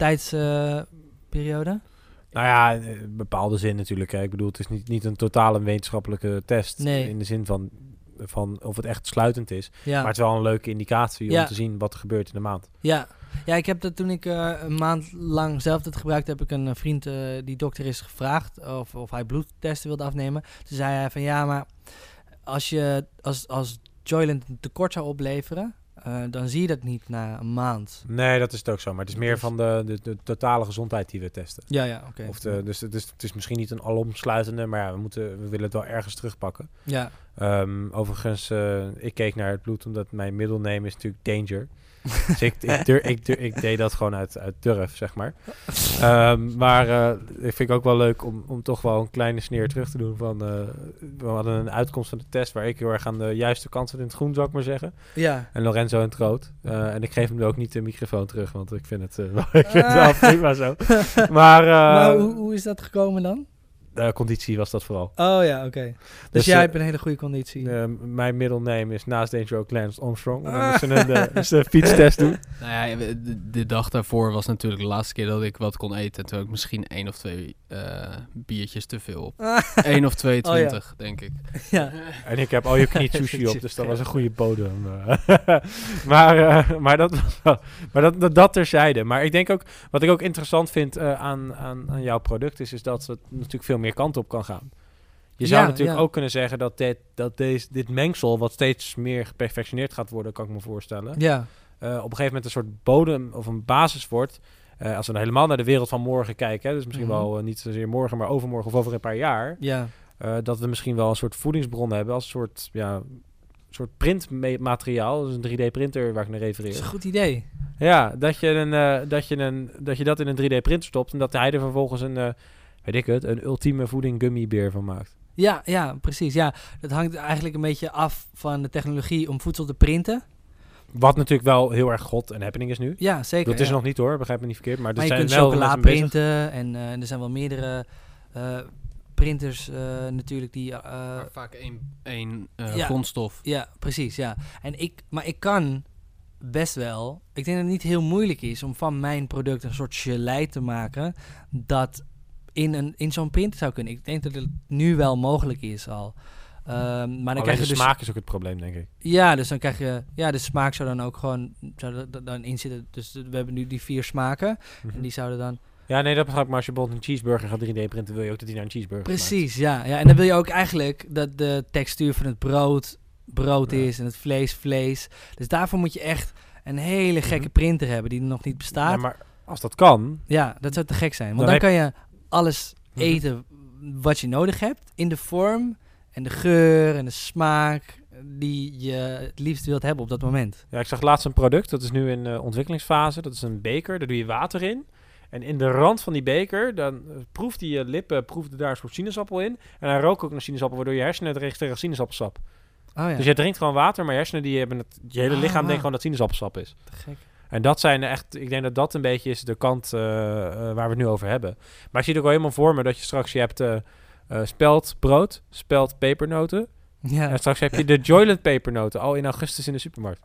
tijdsperiode? Nou ja, in bepaalde zin natuurlijk. Hè. Ik bedoel, het is niet, niet een totale wetenschappelijke test. Nee. In de zin van, van of het echt sluitend is. Ja. Maar het is wel een leuke indicatie Ja. om te zien wat er gebeurt in de maand. Ja. Ja, ik heb dat toen ik uh, een maand lang zelf dat gebruikte, heb ik een uh, vriend uh, die dokter is gevraagd of, of hij bloedtesten wilde afnemen. Toen zei hij van ja, maar als je als, als Joyland een tekort zou opleveren, uh, dan zie je dat niet na een maand. Nee, dat is het ook zo. Maar het is meer Dus- van de, de, de totale gezondheid die we testen. Ja, ja, oké. Of de, dus het is, het is misschien niet een alomsluitende, maar ja, we, moeten, we willen het wel ergens terugpakken. Ja. Um, overigens, uh, ik keek naar het bloed omdat mijn middelneem is natuurlijk danger. Dus ik, ik, dur, ik, dur, ik deed dat gewoon uit, uit durf, zeg maar. Um, maar uh, ik vind ik ook wel leuk om, om toch wel een kleine sneer terug te doen. Van, uh, we hadden een uitkomst van de test waar ik heel erg aan de juiste kant zat in het groen, zou ik maar zeggen. Ja. En Lorenzo in het rood. Uh, en ik geef hem ook niet de microfoon terug, want ik vind het, uh, wel, ik vind het wel prima zo. Maar, uh, maar hoe, hoe is dat gekomen dan? de conditie was dat vooral. Oh ja, oké. Dus, Dus, jij uh, hebt een hele goede conditie. Uh, mijn middelneem is naast Danger ook Lance Armstrong. En dan moesten we de, dus de fietstest doen. Nou ja, de, de dag daarvoor was natuurlijk de laatste keer dat ik wat kon eten. En toen had ik misschien één of twee uh, biertjes te veel op. Eén of tweeëntwintig, oh, ja. denk ik. Ja. En ik heb al je knie sushi op, dus dat was een goede bodem. maar uh, maar, dat, maar dat, dat, dat terzijde. Maar ik denk ook, wat ik ook interessant vind uh, aan, aan, aan jouw product is, is dat het natuurlijk veel meer kanten op kan gaan. Je zou ja, natuurlijk ja. ook kunnen zeggen dat, dit, dat deze, dit mengsel, wat steeds meer geperfectioneerd gaat worden, kan ik me voorstellen. Ja. Uh, op een gegeven moment een soort bodem of een basis wordt. Uh, als we dan helemaal naar de wereld van morgen kijken, hè, dus misschien mm-hmm. wel uh, niet zozeer morgen, maar overmorgen of over een paar jaar. Ja. Uh, dat we misschien wel een soort voedingsbron hebben als een soort, ja, soort printmateriaal. Dus een drie D printer waar ik naar refereer. Dat is een goed idee. Ja, dat je, een, uh, dat, je een, dat je dat in een drie D printer stopt en dat hij er vervolgens een, uh, weet ik het, een ultieme voeding gummibeer van maakt. Ja, ja, precies. Ja, dat hangt eigenlijk een beetje af van de technologie om voedsel te printen. Wat natuurlijk wel heel erg hot en happening is nu. Ja, zeker. Dat is ja. nog niet hoor, begrijp me niet verkeerd. Maar, maar er je zijn kunt wel chocola printen en uh, er zijn wel meerdere uh, printers uh, natuurlijk die... Uh, maar vaak één, één uh, ja, grondstof. Ja, precies, ja. En ik, maar ik kan best wel... Ik denk dat het niet heel moeilijk is om van mijn product een soort gelei te maken dat in, een, in zo'n printer zou kunnen. Ik denk dat het nu wel mogelijk is al. Um, maar dan Alleen krijg je de dus, smaak is ook het probleem, denk ik. Ja, dus dan krijg je... Ja, de smaak zou dan ook gewoon... Zou er dan in zitten. Dus we hebben nu die vier smaken. Mm-hmm. En die zouden dan... Ja, nee, dat begrijp ik. Maar als je bijvoorbeeld een cheeseburger gaat drie D printen, wil je ook dat die naar een cheeseburger Precies, ja, ja. En dan wil je ook eigenlijk dat de textuur van het brood brood ja. is en het vlees vlees. Dus daarvoor moet je echt een hele gekke mm-hmm. printer hebben die er nog niet bestaat. Ja, maar als dat kan... Ja, dat zou te gek zijn. Want dan, dan heb... kan je alles eten wat je nodig hebt in de vorm en de geur en de smaak die je het liefst wilt hebben op dat moment. Ja, ik zag laatst een product, dat is nu in uh, ontwikkelingsfase. Dat is een beker, daar doe je water in. En in de rand van die beker, dan uh, proeft die je lippen, proefde daar een soort sinaasappel in. En hij rookt ook naar sinaasappel, waardoor je hersenen het registreren sinaasappelsap. Oh, ja. Dus je drinkt gewoon water, maar je hersenen die hebben het, je hele ah, lichaam ah. denkt gewoon dat sinaasappelsap is. Te gek. En dat zijn echt, ik denk dat dat een beetje is de kant uh, uh, waar we het nu over hebben. Maar ik zie het ook wel helemaal voor me dat je straks, je hebt uh, uh, speldbrood, speld pepernoten. Ja. En straks heb je de Joyland pepernoten al in augustus in de supermarkt.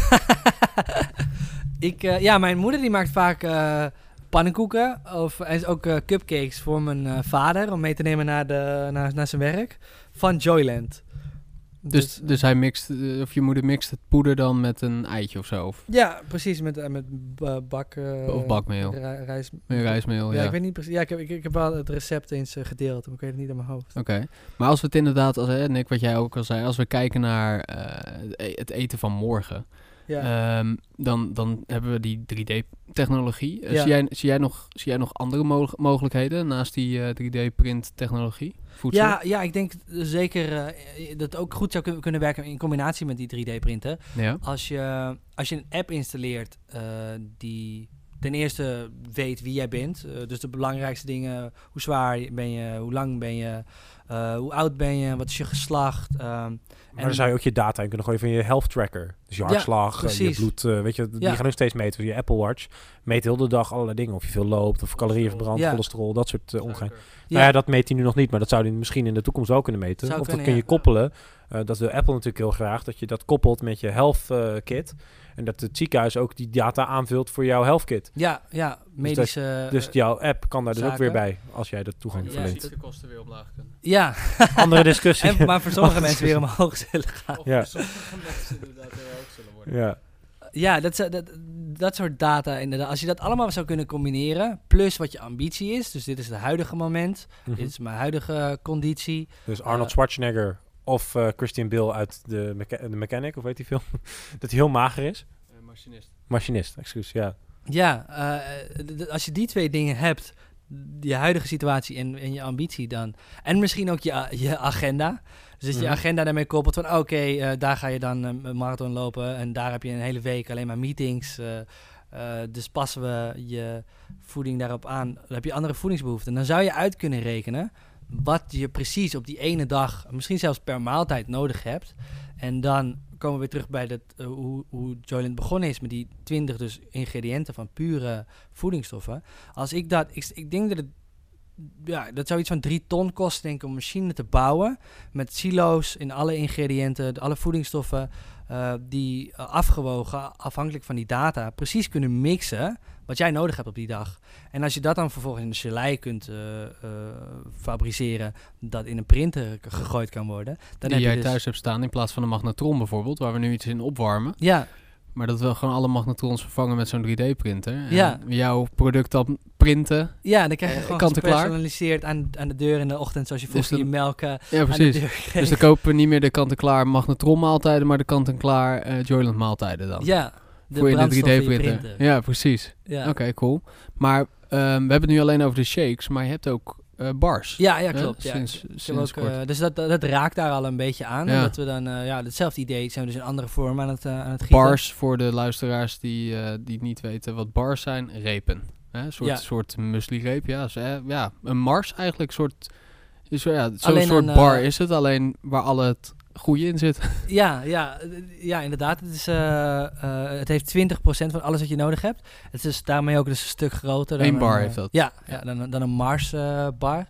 ik, uh, ja, mijn moeder die maakt vaak uh, pannenkoeken of en ook uh, cupcakes voor mijn uh, vader om mee te nemen naar, de, naar, naar zijn werk van Joyland. Dus, dus, dus hij mixt, uh, of je moeder mixt het poeder dan met een eitje of zo? Of? Ja, precies, met, uh, met uh, bak... Uh, of bakmeel. Ri- rijs, met rijstmeel, ja. Ja, ik weet niet precies. Ja, ik heb, ik, ik heb wel het recept eens uh, gedeeld, maar ik weet het niet in mijn hoofd. Oké, okay. Maar als we het inderdaad, als, hè, Nick, wat jij ook al zei, als we kijken naar uh, het eten van morgen. Ja. Um, dan, dan hebben we die drie D-technologie. Uh, Ja. zie, jij, zie, jij nog, zie jij nog andere mo- mogelijkheden naast die uh, drie D-print-technologie? Voedsel? Ja, ja, ik denk zeker uh, dat het ook goed zou kun- kunnen werken in combinatie met die drie D-printen. Ja. Als je, als je een app installeert uh, die ten eerste weet wie jij bent. Uh, dus de belangrijkste dingen, hoe zwaar ben je, hoe lang ben je, uh, hoe oud ben je, wat is je geslacht. Um, Maar en dan zou je ook je data in kunnen gooien van je health tracker. Dus je hartslag, Ja, uh, je precies. bloed, uh, weet je, die Ja. gaan ook steeds meten. Dus je Apple Watch meet heel de dag allerlei dingen. Of je veel loopt, of calorieën verbrandt, Ja. cholesterol, dat soort uh, omgaan. Ja. Nou ja, dat meet hij nu nog niet, maar dat zou hij misschien in de toekomst wel kunnen meten. Zou Of kunnen, dat kun ja. je koppelen. Uh, dat wil Apple natuurlijk heel graag, dat je dat koppelt met je health uh, kit. En dat het ziekenhuis ook die data aanvult voor jouw health kit. Ja, ja, medische... Dus jouw app kan daar dus ook zaken. weer bij, als jij de toegang Ja, verleent. de kosten weer omlaag kunnen. Ja. Andere discussie. En, maar voor sommige mensen weer omhoog zullen gaan. Of Ja. voor sommige mensen inderdaad heel hoog zullen worden. Ja. Ja, dat, zou- dat, dat soort data inderdaad. Als je dat allemaal zou kunnen combineren, plus wat je ambitie is. Dus dit is het huidige moment. Mhm. Dit is mijn huidige conditie. Dus Arnold Uh, Schwarzenegger of uh, Christian Bale uit de, mecha- de Mechanic, of weet die film? Dat hij heel mager is. Uh, machinist. Machinist, excuus, ja. Ja, uh, d- d- als je die twee dingen hebt, je huidige situatie en, en je ambitie dan. En misschien ook je, a- je agenda. Dus dat je Mhm. agenda daarmee koppelt van oké, eh, daar ga je dan een een marathon lopen. En daar heb je een hele week alleen maar meetings. eh, eh, dus passen we je voeding daarop aan. Dan heb je andere voedingsbehoeften. Dan zou je uit kunnen rekenen wat je precies op die ene dag, misschien zelfs per maaltijd nodig hebt. En dan komen we weer terug bij dat, uh, hoe, hoe Joyland begonnen is met die twintig dus ingrediënten van pure voedingsstoffen. Als ik dat, ik, ik denk dat het, ja, dat zou iets van drie ton kosten, denk ik, om een machine te bouwen. Met silo's in alle ingrediënten, de- alle voedingsstoffen, uh, die uh, afgewogen, afhankelijk van die data, precies kunnen mixen wat jij nodig hebt op die dag. En als je dat dan vervolgens in de gelei kunt uh, uh, fabriceren, dat in een printer k- gegooid kan worden. Dan Die heb je jij dus, thuis hebt staan in plaats van een magnetron bijvoorbeeld, waar we nu iets in opwarmen. Ja, Maar dat we gewoon alle magnetrons vervangen met zo'n drie D-printer. En Ja. jouw product dan printen. ja, dan krijg je Eh, gewoon kant en klaar. gepersonaliseerd aan, aan de deur in de ochtend, zoals je Dus vroeger dan- je melk uh, Ja, aan de precies. deur kreeg. Dus dan kopen we niet meer de kant-en-klaar magnetron maaltijden, maar de kant-en-klaar uh, Joyland maaltijden dan. Ja, de voor in de brandstof in je drie D-printer. printer. Ja, precies. Ja. Oké, cool. Maar um, we hebben het nu alleen over de shakes, maar je hebt ook uh, bars. Ja, ja, Hè? klopt. Ja. Sinds, Ik heb sinds ook, kort. uh, dus dat, dat, dat raakt daar al een beetje aan. Ja. Dat we dan, uh, ja, hetzelfde idee zijn we dus in andere vorm aan het, uh, aan het gieten. Bars, voor de luisteraars die, uh, die niet weten wat bars zijn, repen. Hè? Een soort, Ja. soort muesli-reep. Ja, zo, eh, ja, een Mars eigenlijk. Soort, is, ja, zo'n Alleen soort een, bar uh, is het, alleen waar al het goede in zit. Ja, ja, uh, ja, inderdaad. Het, is, uh, uh, het heeft twintig procent van alles wat je nodig hebt. Het is daarmee ook dus een stuk groter. Dan Eén bar een, uh, heeft dat. Ja, ja dan, dan een Mars uh, bar.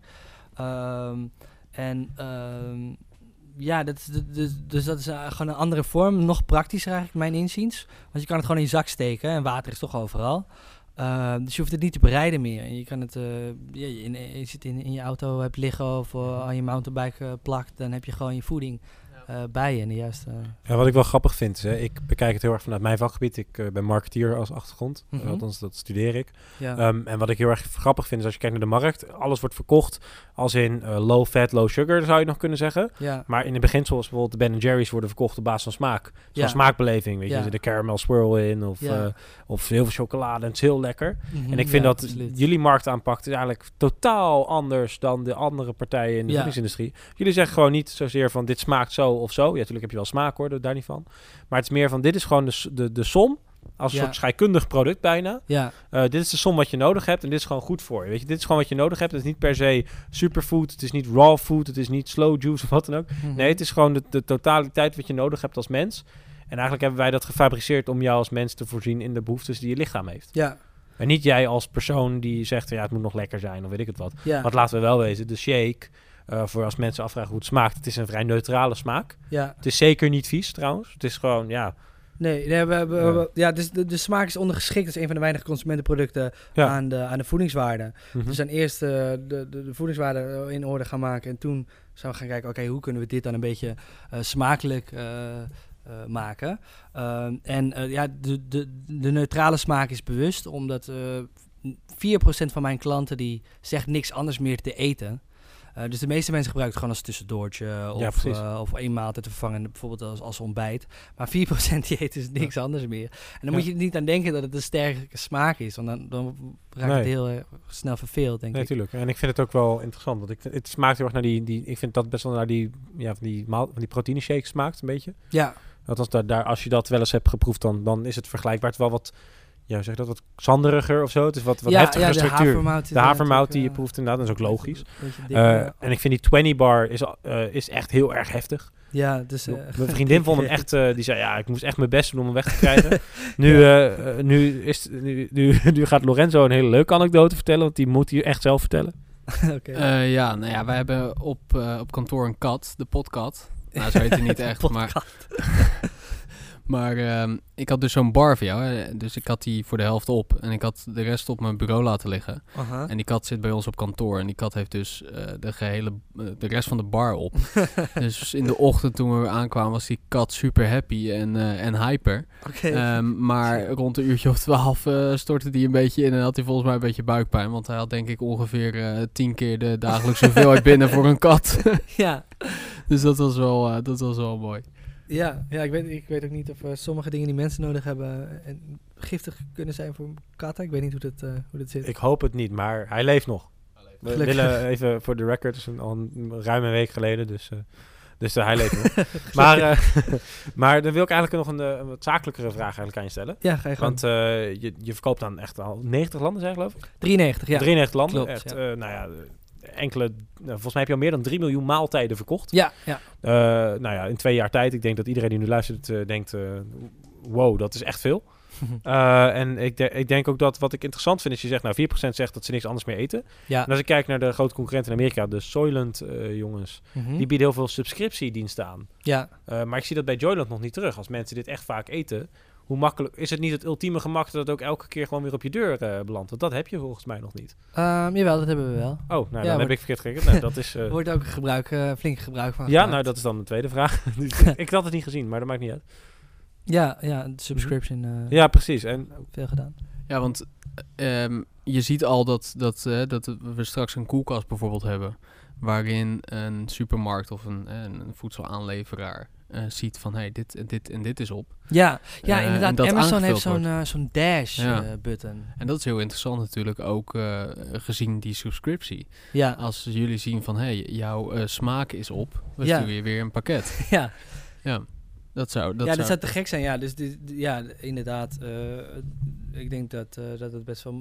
Um, en um, ja, dat, is- dat- dus, dus dat is uh, gewoon een andere vorm. Nog praktischer eigenlijk, mijn inziens. Want je kan het gewoon in je zak steken en water is toch overal. Uh, dus je hoeft het niet te bereiden meer. En je kan het, uh, ja, je, in, je zit in, in je auto hebt liggen of uh, aan je mountainbike uh, plakt, dan heb je gewoon je voeding uh, bij je. En de juiste, uh, Ja, wat ik wel grappig vind, is, hè, ik bekijk het heel erg vanuit mijn vakgebied. Ik uh, ben marketeer als achtergrond, Mhm. uh, althans dat studeer ik. ja. Um, en wat ik heel erg grappig vind, is als je kijkt naar de markt, alles wordt verkocht als in uh, low fat, low sugar, zou je nog kunnen zeggen. ja. Maar in het begin, zoals bijvoorbeeld de Ben Jerry's worden verkocht op basis van smaak. Zoals Ja. smaakbeleving, weet je. Ja. Er zit een caramel swirl in of, Ja. uh, of heel veel chocolade en het is heel lekker. Mhm, En ik vind ja, dat absoluut. jullie marktaanpak is eigenlijk totaal anders dan de andere partijen in de Ja. voedingsindustrie. Jullie zeggen gewoon niet zozeer van dit smaakt zo of zo. Ja, natuurlijk heb je wel smaak hoor, daar niet van. Maar het is meer van dit is gewoon de, s- de, de som. Als een Ja. soort scheikundig product bijna. Ja, Uh, dit is de som wat je nodig hebt en dit is gewoon goed voor je. Weet je, dit is gewoon wat je nodig hebt. Het is niet per se superfood, het is niet raw food, het is niet slow juice of wat dan ook. mhm. Nee, het is gewoon de, de totaliteit wat je nodig hebt als mens. En eigenlijk hebben wij dat gefabriceerd om jou als mens te voorzien in de behoeftes die je lichaam heeft. Ja, En niet jij als persoon die zegt, ja, het moet nog lekker zijn of weet ik het wat. ja, Want laten we wel wezen, de shake, uh, voor als mensen afvragen hoe het smaakt, het is een vrij neutrale smaak. ja. Het is zeker niet vies trouwens. Het is gewoon, ja, Nee, nee, we, we, Ja. we- ja, dus de, de smaak is ondergeschikt. Dat is een van de weinige consumentenproducten ja. aan, de, aan de voedingswaarde. Mhm. We zijn eerst uh, de, de, de voedingswaarde in orde gaan maken. En toen zijn we gaan kijken, oké, hoe kunnen we dit dan een beetje uh, smakelijk uh, uh, maken. Uh, en uh, ja, de, de, de neutrale smaak is bewust, omdat uh, vier procent van mijn klanten die zegt niks anders meer te eten. Uh, dus de meeste mensen gebruiken het gewoon als tussendoortje of, ja, uh, of één maaltijd te vervangen, bijvoorbeeld als, als ontbijt. Maar vier procent die eet dus niks ja. anders meer. En dan ja. moet je er niet aan denken dat het een sterke smaak is, want dan, dan raakt nee. het heel uh, snel verveeld, denk nee, ik. Natuurlijk. En ik vind het ook wel interessant, want ik vind, het smaakt heel erg naar die, die, ik vind dat best wel naar die, ja, van die, maal, van die proteïne shake smaakt, een beetje. Ja. Althans, daar, daar, als je dat wel eens hebt geproefd, dan, dan is het vergelijkbaar. Het wel wat, ja, zeg dat, wat zanderiger of zo. Het is wat, wat ja, heftiger ja, de structuur. Havermout de havermout die uh, je proeft inderdaad, dat is ook logisch. Dik, uh, ja. En ik vind die twintig bar is, uh, is echt heel erg heftig. Ja, dus... Uh, mijn vriendin vond hem echt, uh, die zei, ja, ik moest echt mijn best doen om hem weg te krijgen. nu, ja. uh, nu, is, nu, nu, nu gaat Lorenzo een hele leuke anekdote vertellen, want die moet hij echt zelf vertellen. okay. uh, ja, nou ja, wij hebben op, uh, op kantoor een kat, de potkat. Nou, zo heet hij niet echt, maar... Maar um, ik had dus zo'n bar voor jou, hè? Dus ik had die voor de helft op en ik had de rest op mijn bureau laten liggen. Uh-huh. En die kat zit bij ons op kantoor en die kat heeft dus uh, de gehele, uh, de rest van de bar op. Dus in de ochtend toen we weer aankwamen was die kat super happy en, uh, en hyper. Okay. Um, maar rond een uurtje of twaalf uh, stortte die een beetje in en had hij volgens mij een beetje buikpijn. Want hij had denk ik ongeveer uh, tien keer de dagelijkse hoeveelheid binnen voor een kat. Ja. Dus dat was wel, uh, dat was wel mooi. Ja, ja ik, weet, ik weet ook niet of uh, sommige dingen die mensen nodig hebben uh, en giftig kunnen zijn voor katten. Ik weet niet hoe dat, uh, hoe dat zit. Ik hoop het niet, maar hij leeft nog. We Gelukkig. willen even voor de record, het is al een ruime week geleden, dus, uh, dus uh, hij leeft nog. maar, uh, maar dan wil ik eigenlijk nog een, uh, een wat zakelijkere vraag eigenlijk aan je stellen. Ja, ga je gang. Want uh, je, je verkoopt aan echt al negentig landen, zeg geloof ik? drieënnegentig, ja. drieënnegentig landen, Klopt, echt, ja. Uh, nou ja... enkele, nou, volgens mij heb je al meer dan drie miljoen maaltijden verkocht. Ja, ja. Uh, nou ja, in twee jaar tijd. Ik denk dat iedereen die nu luistert uh, denkt, uh, wow, dat is echt veel. uh, en ik, de, ik denk ook dat wat ik interessant vind is, je zegt, nou vier procent zegt dat ze niks anders meer eten. Ja. En als ik kijk naar de grote concurrenten in Amerika, de Soylent uh, jongens, mm-hmm. die bieden heel veel subscriptiediensten aan. Ja. Uh, maar ik zie dat bij Joyland nog niet terug. Als mensen dit echt vaak eten, hoe makkelijk is het niet het ultieme gemak dat het ook elke keer gewoon weer op je deur uh, belandt? Want dat heb je volgens mij nog niet. Um, jawel, dat hebben we wel. Oh, nou ja, dan heb ik verkeerd gekeken. Nee, dat is. Uh... wordt ook gebruik, uh, flink gebruik van. Ja, gemaakt. nou dat is dan mijn tweede vraag. Ik had het niet gezien, maar dat maakt niet uit. Ja, ja, subscription. Uh, ja, precies. En veel gedaan. Ja, want um, je ziet al dat, dat, uh, dat we straks een koelkast bijvoorbeeld hebben, waarin een supermarkt of een, een voedselaanleveraar Uh, ziet van, hey, dit en dit en dit is op. Ja, ja uh, inderdaad. Amazon heeft zo'n, uh, zo'n dash-button. Ja. Uh, en dat is heel interessant natuurlijk, ook uh, gezien die subscriptie. Ja. Als jullie zien van, hey, jouw uh, smaak is op, we ja. sturen je weer een pakket. Ja. Ja, dat zou... Dat ja, zou dat zou te gek zijn. Ja, dus die, die, ja, inderdaad. Uh, ik denk dat, uh, dat het best wel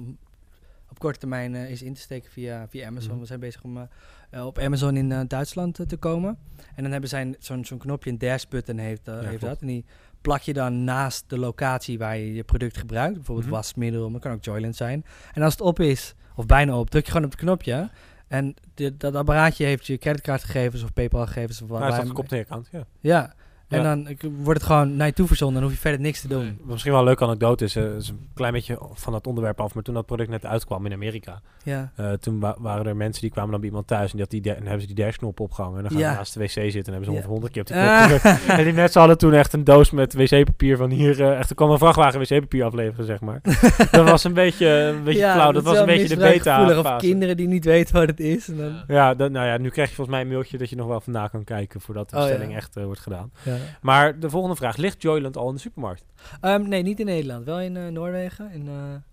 op korte termijn uh, is in te steken via, via Amazon. Mm. We zijn bezig om uh, uh, op Amazon in uh, Duitsland uh, te komen. En dan hebben zij zo'n, zo'n knopje, een dash-button heeft, uh, ja, heeft dat. En die plak je dan naast de locatie waar je je product gebruikt. Bijvoorbeeld mm-hmm. wasmiddel, maar kan ook Joyland zijn. En als het op is, of bijna op, druk je gewoon op het knopje. En dit, dat apparaatje heeft je creditcardgegevens of PayPal-gegevens. Of wat. Nou, is dat gekoppeld aan je account, ja. Ja. En ja. dan ik, wordt het gewoon naar je toe verzonden. Dan hoef je verder niks te doen. Nee. Misschien wel een leuke anekdote is, uh, is een klein beetje van dat onderwerp af. Maar toen dat product net uitkwam in Amerika. Ja. Uh, toen wa- waren er mensen die kwamen dan bij iemand thuis. En, die had die de- en hebben ze die dashknop opgehangen. En dan gaan ja. ze naast de wc zitten. En hebben ze ja. honderd keer op die knop gedrukt. En die mensen hadden toen echt een doos met wc-papier van hier. Uh, echt, er kwam een vrachtwagen wc-papier afleveren, zeg maar. Dat was een beetje, een beetje ja, flauw. Dat, dat was een beetje de beta of kinderen die niet weten wat het is. En dan... Ja, dat, nou ja, nu krijg je volgens mij een mailtje dat je nog wel vandaan kan kijken voordat de bestelling oh, ja. echt uh, wordt gedaan. Ja. Maar de volgende vraag, ligt Joyland al in de supermarkt? Um, nee, niet in Nederland. Wel in uh, Noorwegen, in, uh,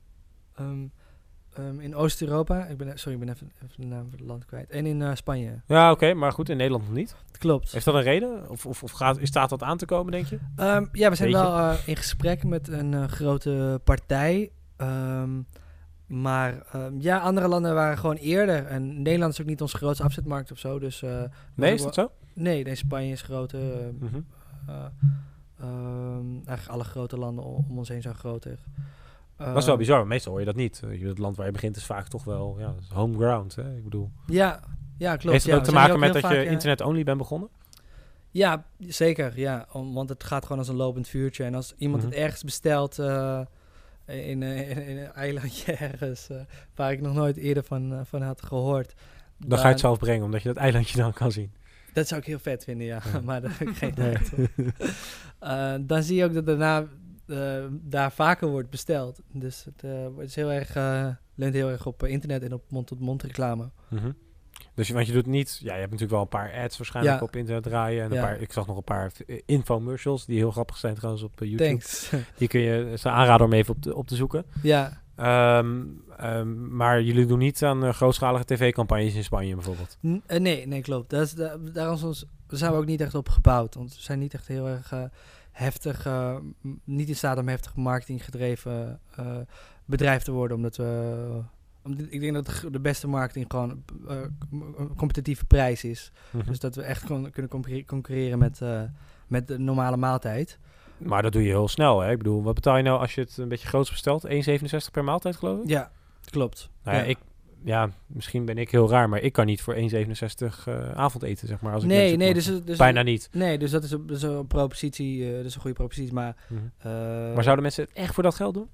um, um, in Oost-Europa. Ik ben, sorry, ik ben even, even de naam van het land kwijt. En in uh, Spanje. Ja, oké, okay, maar goed, in Nederland nog niet. Klopt. Heeft dat een reden? Of, of, of gaat, staat dat aan te komen, denk je? Um, ja, we zijn Weet wel uh, in gesprek met een uh, grote partij. Um, maar um, ja, andere landen waren gewoon eerder. En Nederland is ook niet onze grootste afzetmarkt of zo. Dus, uh, nee, is dat zo? Nee, nee, Spanje is groter. Uh, mm-hmm. Uh, um, eigenlijk alle grote landen om, om ons heen zijn groter. Uh, dat is wel bizar, meestal hoor je dat niet. Het land waar je begint is vaak toch wel ja, home ground, hè? Ik bedoel. Ja, ja klopt. Heeft het ja, ook te maken met dat vaak, je uh, internet-only bent begonnen? Ja, zeker. Ja, om, want het gaat gewoon als een lopend vuurtje. En als iemand mm-hmm. het ergens bestelt uh, in, uh, in, in een eilandje ergens, uh, waar ik nog nooit eerder van, uh, van had gehoord. Dan, dan ga je het zelf brengen, omdat je dat eilandje dan kan zien. Dat zou ik heel vet vinden, ja. ja. Maar daar heb ik geen tijd voor. uh, dan zie je ook dat daarna uh, daar vaker wordt besteld. Dus het, uh, het is heel erg, uh, leunt heel erg op uh, internet en op mond-tot-mond reclame. Mm-hmm. Dus je, want je doet niet... Ja, je hebt natuurlijk wel een paar ads waarschijnlijk Ja. op internet draaien. En een Ja. paar, ik zag nog een paar uh, infomercials die heel grappig zijn trouwens op uh, YouTube. Thanks. Die kun je... is een aanrader om even op te, op te zoeken. ja. Um, um, maar jullie doen niet aan uh, grootschalige tv-campagnes in Spanje bijvoorbeeld? N- uh, nee, nee, klopt. Dat is, da- daarom soms, daar zijn we ook niet echt op gebouwd. Want we zijn niet echt heel erg uh, heftig... Uh, m- niet in staat om heftig marketinggedreven uh, bedrijf te worden. Omdat we... Uh, ik denk dat de, de beste marketing gewoon uh, een competitieve prijs is. Mm-hmm. Dus dat we echt kon, kunnen concurre- concurreren met, uh, met de normale maaltijd. Maar dat doe je heel snel, hè? Ik bedoel, wat betaal je nou als je het een beetje groots bestelt? één zevenenzestig per maaltijd, geloof ik? Ja, klopt. Nou ja, ja. ik, ja, misschien ben ik heel raar, maar ik kan niet voor één zevenenzestig uh, avondeten, zeg maar. Als ik nee, nee, dus, dus... Bijna niet. Nee, dus dat is een, dat is een propositie, uh, dat is een goede propositie, maar... Mm-hmm. Uh, maar zouden mensen het echt voor dat geld doen?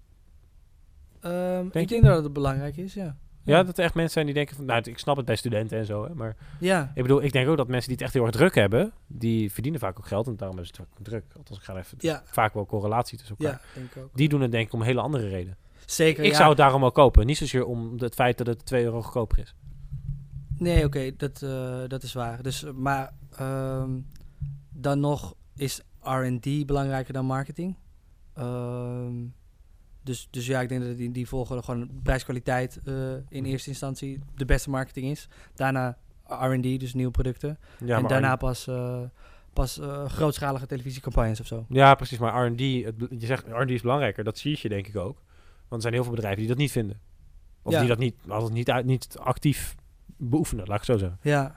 Um, Denk ik je? denk dat het belangrijk is, ja. Ja, dat er echt mensen zijn die denken van... Nou, ik snap het bij studenten en zo, hè, maar... Ja. Ik bedoel, ik denk ook dat mensen die het echt heel erg druk hebben... Die verdienen vaak ook geld en daarom hebben ze het ook druk. Althans, ik ga even... Ja. Vaak wel correlatie tussen elkaar. Ja, denk ik ook. Die doen het denk ik om een hele andere reden. Zeker, Ik ja. zou het daarom ook kopen. Niet zozeer om het feit dat het twee euro goedkoper is. Nee, oké, okay, dat, uh, dat is waar. Dus, maar um, dan nog is R en D belangrijker dan marketing. Um, dus, dus ja, ik denk dat die, die volgen gewoon prijskwaliteit uh, in eerste instantie de beste marketing is. Daarna R en D, dus nieuwe producten. Ja, en daarna R- pas, uh, pas uh, grootschalige televisiecampagnes of zo. Ja, precies. Maar R en D, het, je zegt R en D is belangrijker. Dat zie je denk ik ook. Want er zijn heel veel bedrijven die dat niet vinden. Of ja. die dat niet, als het niet, uit, niet actief beoefenen, laat ik het zo zeggen. Ja.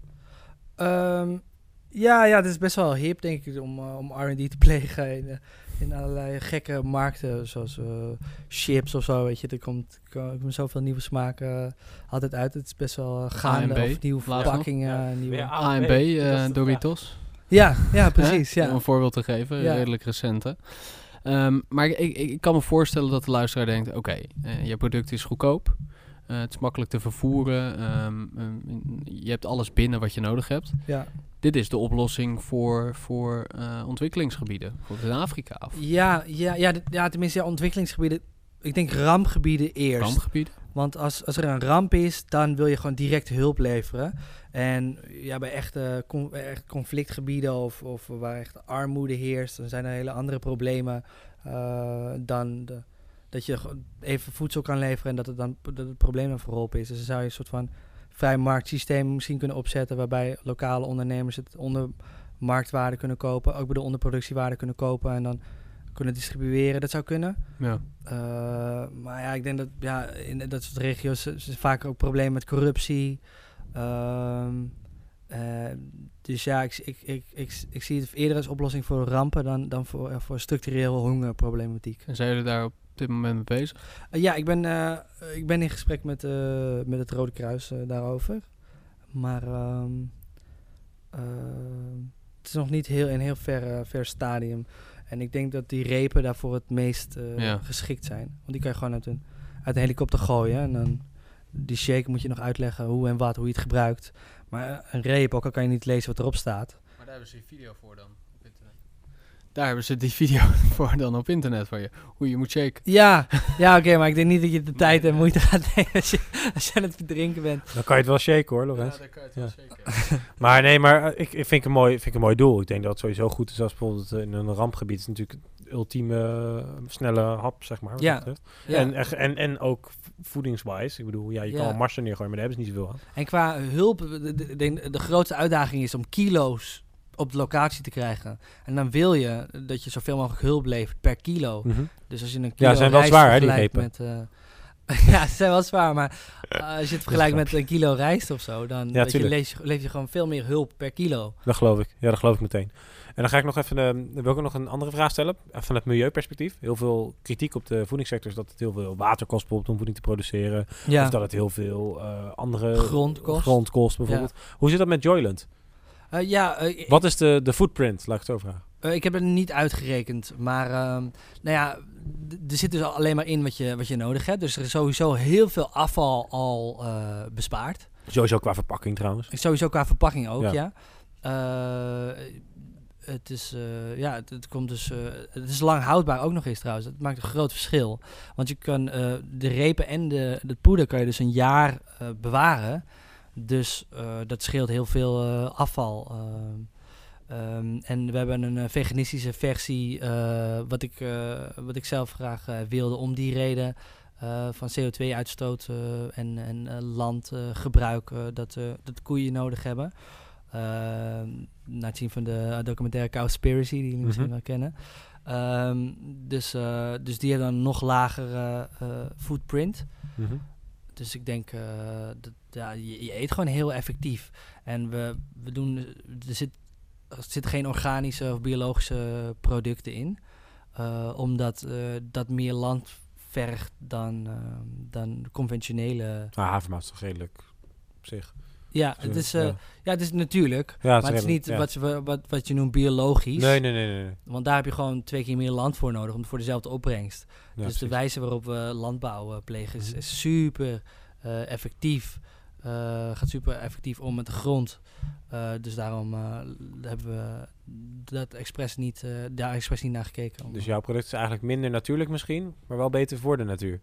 Um, ja, ja, het is best wel hip, denk ik, om, uh, om R en D te plegen in, uh, in allerlei gekke markten, zoals uh, chips of zo, weet je. Er komt, komt zoveel nieuwe smaken uh, altijd uit. Het is best wel uh, gaande, A en B, of nieuwe verpakkingen. Ja. Nieuwe... Ja, A en B, uh, Doritos. Ja, ja, precies. Hè? Ja. Om een voorbeeld te geven, Ja. redelijk recente. Um, maar ik, ik, ik kan me voorstellen dat de luisteraar denkt... Oké, okay, uh, je product is goedkoop. Uh, het is makkelijk te vervoeren. Um, um, je hebt alles binnen wat je nodig hebt. Ja. Dit is de oplossing voor, voor uh, ontwikkelingsgebieden. Bijvoorbeeld in Afrika. Of Ja, ja, ja, d- ja, tenminste ja, ontwikkelingsgebieden. Ik denk rampgebieden eerst. rampgebieden. Want als, als er een ramp is, dan wil je gewoon direct hulp leveren. En ja, bij echte con- echt conflictgebieden of, of waar echt armoede heerst, dan zijn er hele andere problemen uh, dan de, dat je even voedsel kan leveren en dat het dan dat het probleem dan verholpen is. Dus dan zou je een soort van vrij marktsysteem misschien kunnen opzetten waarbij lokale ondernemers het onder marktwaarde kunnen kopen, ook bij de onderproductiewaarde kunnen kopen en dan kunnen distribueren. Dat zou kunnen. Ja. Uh, maar ja, ik denk dat ja, in dat soort regio's is vaak ook problemen met corruptie. Um, uh, dus ja, ik, ik, ik, ik, ik zie het eerder als oplossing voor rampen dan, dan voor, uh, voor structureel hongerproblematiek. En zijn jullie daar op dit moment mee bezig? Uh, ja, ik ben, uh, ik ben in gesprek met, uh, met het Rode Kruis uh, daarover. Maar um, uh, het is nog niet heel, in een heel ver, uh, ver stadium. En ik denk dat die repen daarvoor het meest uh, ja. geschikt zijn. Want die kan je gewoon uit een, uit een helikopter gooien. En dan die shake moet je nog uitleggen hoe en wat, hoe je het gebruikt. Maar uh, een reep, ook al kan je niet lezen wat erop staat. Maar daar hebben ze die video voor dan op internet. Daar hebben ze die video voor dan op internet van je. Hoe je moet shaken. Ja, ja oké, okay, maar ik denk niet dat je de tijd en moeite gaat nemen als je, als je aan het verdrinken bent. Dan kan je het wel shaken hoor, Lorenz. Ja, dan kan je het wel ja. shaken. Maar nee, maar uh, ik, ik vind, een mooi, vind ik een mooi doel. Ik denk dat het sowieso goed is als bijvoorbeeld uh, in een rampgebied is natuurlijk het ultieme uh, snelle hap, zeg maar. Ja. ja. En, en, en ook voedingswise. Ik bedoel, ja, je ja. kan een mars er neergooien, maar daar hebben ze niet zoveel aan. En qua hulp, de, de, de, de grootste uitdaging is om kilo's op de locatie te krijgen. En dan wil je dat je zoveel mogelijk hulp levert per kilo. Mm-hmm. Dus als je een kilo ja, zijn wel zwaar, hè, die repen. Met, uh, ja, ze zijn wel zwaar, maar uh, als je het vergelijkt met een kilo rijst of zo, dan ja, je, leef, je, leef je gewoon veel meer hulp per kilo. Dat geloof ik. Ja, dat geloof ik meteen. En dan ga ik nog even, uh, wil ik nog een andere vraag stellen. Van het milieuperspectief. Heel veel kritiek op de voedingssector is dat het heel veel water kost bijvoorbeeld om voeding te produceren. Ja. Of dat het heel veel uh, andere grond kost. grond kost bijvoorbeeld. Ja. Hoe zit dat met Joyland? Uh, ja, uh, Wat is de, de footprint? Laat ik het zo vragen. Uh, ik heb het niet uitgerekend, maar uh, nou ja, d- er zit dus al alleen maar in wat je, wat je nodig hebt. Dus er is sowieso heel veel afval al uh, bespaard. Sowieso qua verpakking trouwens. Sowieso qua verpakking ook, ja. ja. Uh, het is, uh, ja, het, het komt dus, uh, het is lang houdbaar ook nog eens trouwens. Dat maakt een groot verschil. Want je kan uh, de repen en de, de poeder kan je dus een jaar uh, bewaren. Dus uh, dat scheelt heel veel uh, afval. Uh, um, en we hebben een uh, veganistische versie, uh, wat, ik, uh, wat ik zelf graag uh, wilde om die reden. Uh, van C O twee uitstoot uh, en, en uh, landgebruik uh, dat, uh, dat koeien nodig hebben. Uh, na het zien van de uh, documentaire Cowspiracy, die jullie mm-hmm. misschien wel kennen. Um, dus, uh, dus die hebben dan een nog lagere uh, footprint. Mm-hmm. Dus ik denk, uh, dat, ja, je, je eet gewoon heel effectief. En we, we doen, er, zit, er zitten geen organische of biologische producten in. Uh, omdat uh, dat meer land vergt dan, uh, dan conventionele... Ah, havermout is toch redelijk op zich. Ja, het is, uh, ja. ja, het is natuurlijk, ja, het maar is het is niet ja. wat, wat, wat je noemt biologisch. Nee, nee, nee, nee. Want daar heb je gewoon twee keer meer land voor nodig om voor dezelfde opbrengst. Ja, dus precies. De wijze waarop we landbouw uh, plegen is, is super uh, effectief. Uh, gaat super effectief om met de grond. Uh, dus daarom uh, hebben we dat expres niet, uh, daar expres niet naar gekeken. Dus jouw product is eigenlijk minder natuurlijk misschien, maar wel beter voor de natuur.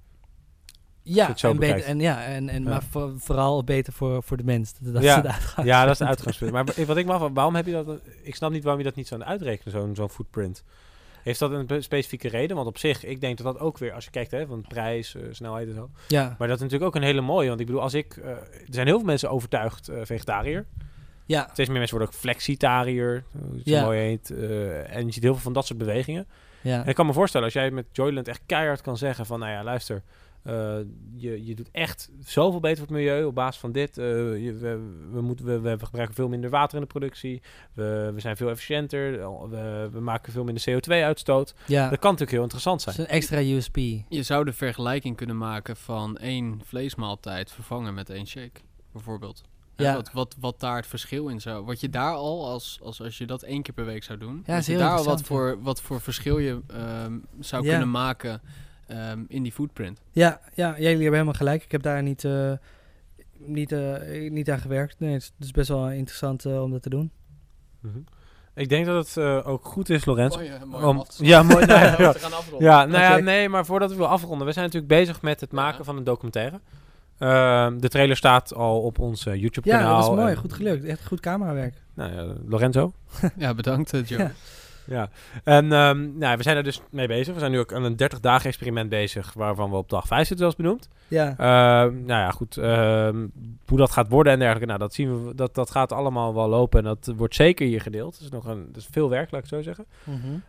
Ja, en, beter, en, ja, en, en ja. maar voor, vooral beter voor, voor de mens. Dat ja. is het uitgangspunt. Ja, dat is het uitgangspunt. Maar wat ik me af, waarom heb je dat? Ik snap niet waarom je dat niet zou uitrekenen, zo'n, zo'n footprint. Heeft dat een specifieke reden? Want op zich, ik denk dat dat ook weer, als je kijkt, hè, van prijs, uh, snelheid en zo. Ja. Maar dat is natuurlijk ook een hele mooie. Want ik bedoel, als ik, uh, er zijn heel veel mensen overtuigd uh, vegetariër. Ja. Steeds meer mensen worden ook flexitariër, hoe het ja. zo mooi heet. Uh, en je ziet heel veel van dat soort bewegingen. Ja. En ik kan me voorstellen, als jij met Joyland echt keihard kan zeggen van, nou ja, luister, uh, je, je doet echt zoveel beter voor het milieu op basis van dit. Uh, je, we, we, moeten, we, we gebruiken veel minder water in de productie. We, we zijn veel efficiënter. We, we maken veel minder C O twee uitstoot. Ja. Dat kan natuurlijk heel interessant zijn. Dat is een extra U S P. Je zou de vergelijking kunnen maken van één vleesmaaltijd vervangen met één shake, bijvoorbeeld. Ja. Wat, wat, wat daar het verschil in zou... Wat je daar al, als, als, als je dat één keer per week zou doen... Ja, dat je daar al wat voor, wat voor verschil je um, zou ja. kunnen maken um, in die footprint. Ja, ja, jullie hebben helemaal gelijk. Ik heb daar niet, uh, niet, uh, niet aan gewerkt. Nee, het is, het is best wel interessant uh, om dat te doen. Mm-hmm. Ik denk dat het uh, ook goed is, Lorenz. Oh ja, mooi om, ja, mooi. Nou, ja, ja. te gaan afronden. Ja, nou ja, nee, maar voordat we willen afronden... We zijn natuurlijk bezig met het maken ja. van een documentaire. Uh, de trailer staat al op ons uh, YouTube-kanaal. Ja, dat is mooi. Goed gelukt. Echt goed camerawerk. Nou ja, Lorenzo. Ja, bedankt, uh, Joe. Ja. Ja, en um, nou, we zijn er dus mee bezig. We zijn nu ook aan een dertig dagen experiment bezig, waarvan we op dag vijf zitten, zoals benoemd. Ja. Uh, nou ja, goed. Uh, hoe dat gaat worden en dergelijke, nou, dat zien we. Dat, dat gaat allemaal wel lopen en dat wordt zeker hier gedeeld. Dat is nog een, dat is veel werk, laat ik zo zeggen. Mm-hmm.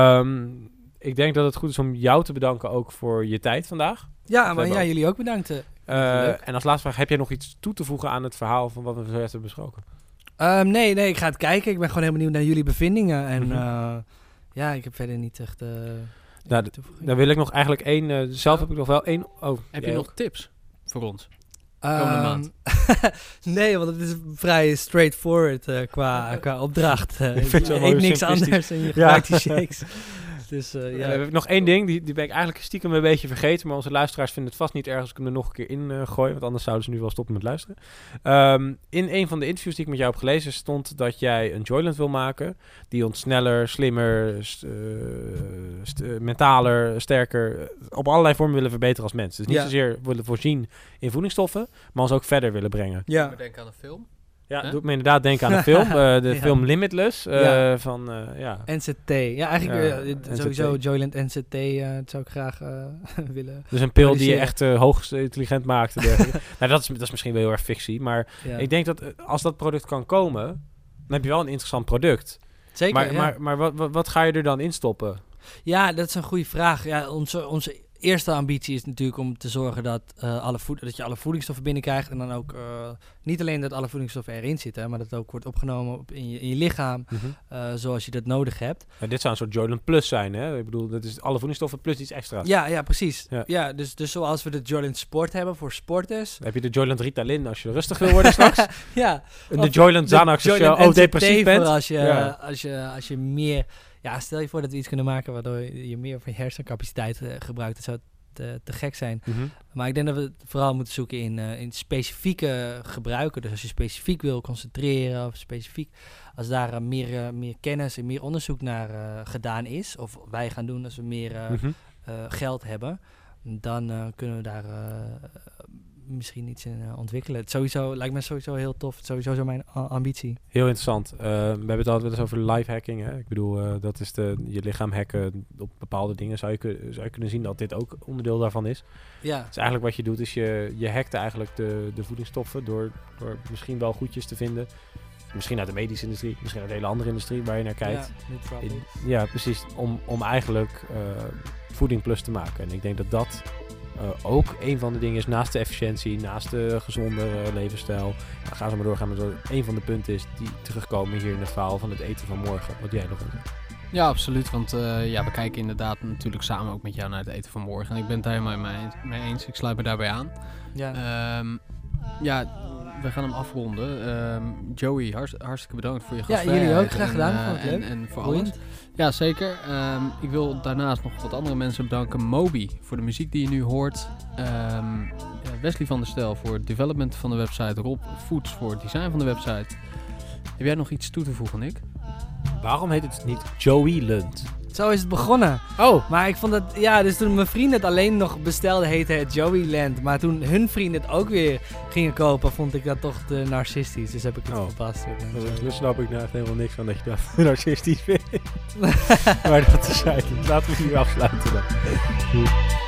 Um, ik denk dat het goed is om jou te bedanken ook voor je tijd vandaag. Ja, maar ja, jullie ook bedankt. Uh, en als laatste vraag, heb jij nog iets toe te voegen aan het verhaal van wat we zo hebben besproken? Um, nee, nee, ik ga het kijken. Ik ben gewoon heel benieuwd naar jullie bevindingen. En mm-hmm. uh, ja, ik heb verder niet echt... Uh, nou, d- dan wil ik nog eigenlijk één... Uh, zelf oh. heb ik nog wel één... Oh, heb je nog ook tips voor ons? Um, Komende maand. Nee, want het is vrij straightforward uh, qua, qua opdracht. Uh, ik vind je eet niks anders en je gebruikt ja. die shakes. Dus, uh, ja. uh, nog één ding, die, die ben ik eigenlijk stiekem een beetje vergeten. Maar onze luisteraars vinden het vast niet erg als ik hem er nog een keer in uh, gooi. Want anders zouden ze nu wel stoppen met luisteren. Um, in een van de interviews die ik met jou heb gelezen stond dat jij een Joyland wil maken. Die ons sneller, slimmer, st- uh, st- uh, mentaler, sterker, uh, op allerlei vormen willen verbeteren als mens. Dus niet ja. zozeer willen voorzien in voedingsstoffen, maar ons ook verder willen brengen. Ja. Ik denk aan een film. Ja, huh? doet me inderdaad denken aan de film. Uh, de ja. film Limitless. Uh, ja. Van, uh, ja. N Z T. Ja, eigenlijk uh, uh, sowieso Joyland N Z T uh, dat zou ik graag uh, willen. Dus een pil die je echt uh, hoogst intelligent maakt. nou, dat, is, dat is misschien wel heel erg fictie. Maar ja. ik denk dat uh, als dat product kan komen, dan heb je wel een interessant product. Zeker, Maar, ja. maar, maar wat, wat, wat ga je er dan in stoppen? Ja, dat is een goede vraag. Ja, onze... onze eerste ambitie is natuurlijk om te zorgen dat, uh, alle voed- dat je alle voedingsstoffen binnenkrijgt. En dan ook uh, niet alleen dat alle voedingsstoffen erin zitten, maar dat het ook wordt opgenomen op in, je, in je lichaam, mm-hmm. uh, zoals je dat nodig hebt. Ja, dit zou een soort Joyland Plus zijn, hè? Ik bedoel, dat is alle voedingsstoffen plus iets extra's. Ja, ja, precies. Ja. Ja, dus, dus zoals we de Joyland Sport hebben voor sporters. Dan heb je de Joyland Ritalin als je rustig wil worden straks. Ja. En de Joyland Xanax als je ook depressief bent. Als je, ja. als, je, als je meer... Ja, stel je voor dat we iets kunnen maken waardoor je meer van je hersencapaciteit uh, gebruikt. Dat zou te, te gek zijn. Mm-hmm. Maar ik denk dat we het vooral moeten zoeken in, uh, in specifieke gebruiken. Dus als je specifiek wil concentreren of specifiek... Als daar uh, meer, uh, meer kennis en meer onderzoek naar uh, gedaan is... of wij gaan doen als we meer uh, mm-hmm. uh, geld hebben... dan uh, kunnen we daar uh, misschien iets in uh, ontwikkelen. Het sowieso, lijkt me sowieso heel tof. Het sowieso zo mijn uh, ambitie. Heel interessant. Uh, we hebben het altijd wel eens over life hacking. Hè? Ik bedoel, uh, dat is de, je lichaam hacken op bepaalde dingen. Zou je, zou je kunnen zien dat dit ook onderdeel daarvan is. Ja. Dus eigenlijk wat je doet is je, je hackt eigenlijk de, de voedingsstoffen door, door misschien wel goedjes te vinden. Misschien uit de medische industrie, misschien uit een hele andere industrie waar je naar kijkt. Ja, In, ja precies. Om, om eigenlijk uh, voeding plus te maken. En ik denk dat dat uh, ook een van de dingen is naast de efficiëntie, naast de gezonde uh, levensstijl. Nou, gaan ze maar doorgaan. Maar zo een van de punten is die terugkomen hier in het verhaal van het eten van morgen. Wat jij nog wil zeggen. Ja, absoluut. Want uh, ja, we kijken inderdaad natuurlijk samen ook met jou naar het eten van morgen. En ik ben het daar helemaal mee eens. Ik sluit me daarbij aan. Ja. Um, ja, we gaan hem afronden. Um, Joey, hartst- hartstikke bedankt voor je Ja, gastvrijheid. jullie ook. Graag gedaan. En, Vond ik uh, leuk. en, en voor Boeiend. alles. Ja, zeker. Um, ik wil daarnaast nog wat andere mensen bedanken. Moby voor de muziek die je nu hoort. Um, Wesley van der Stel voor het development van de website. Rob Voets voor het design van de website. Heb jij nog iets toe te voegen, Nick? Waarom heet het niet Joey Lund? Zo is het begonnen. Oh! Maar ik vond het... Ja, dus toen mijn vrienden het alleen nog bestelden, heette het Joeyland. Maar toen hun vrienden het ook weer gingen kopen, vond ik dat toch te narcistisch. Dus heb ik het Oh. gepast. Daar snap ik nou echt helemaal niks van dat je dat narcistisch vindt. Maar dat is eigenlijk. Laten we hier afsluiten dan.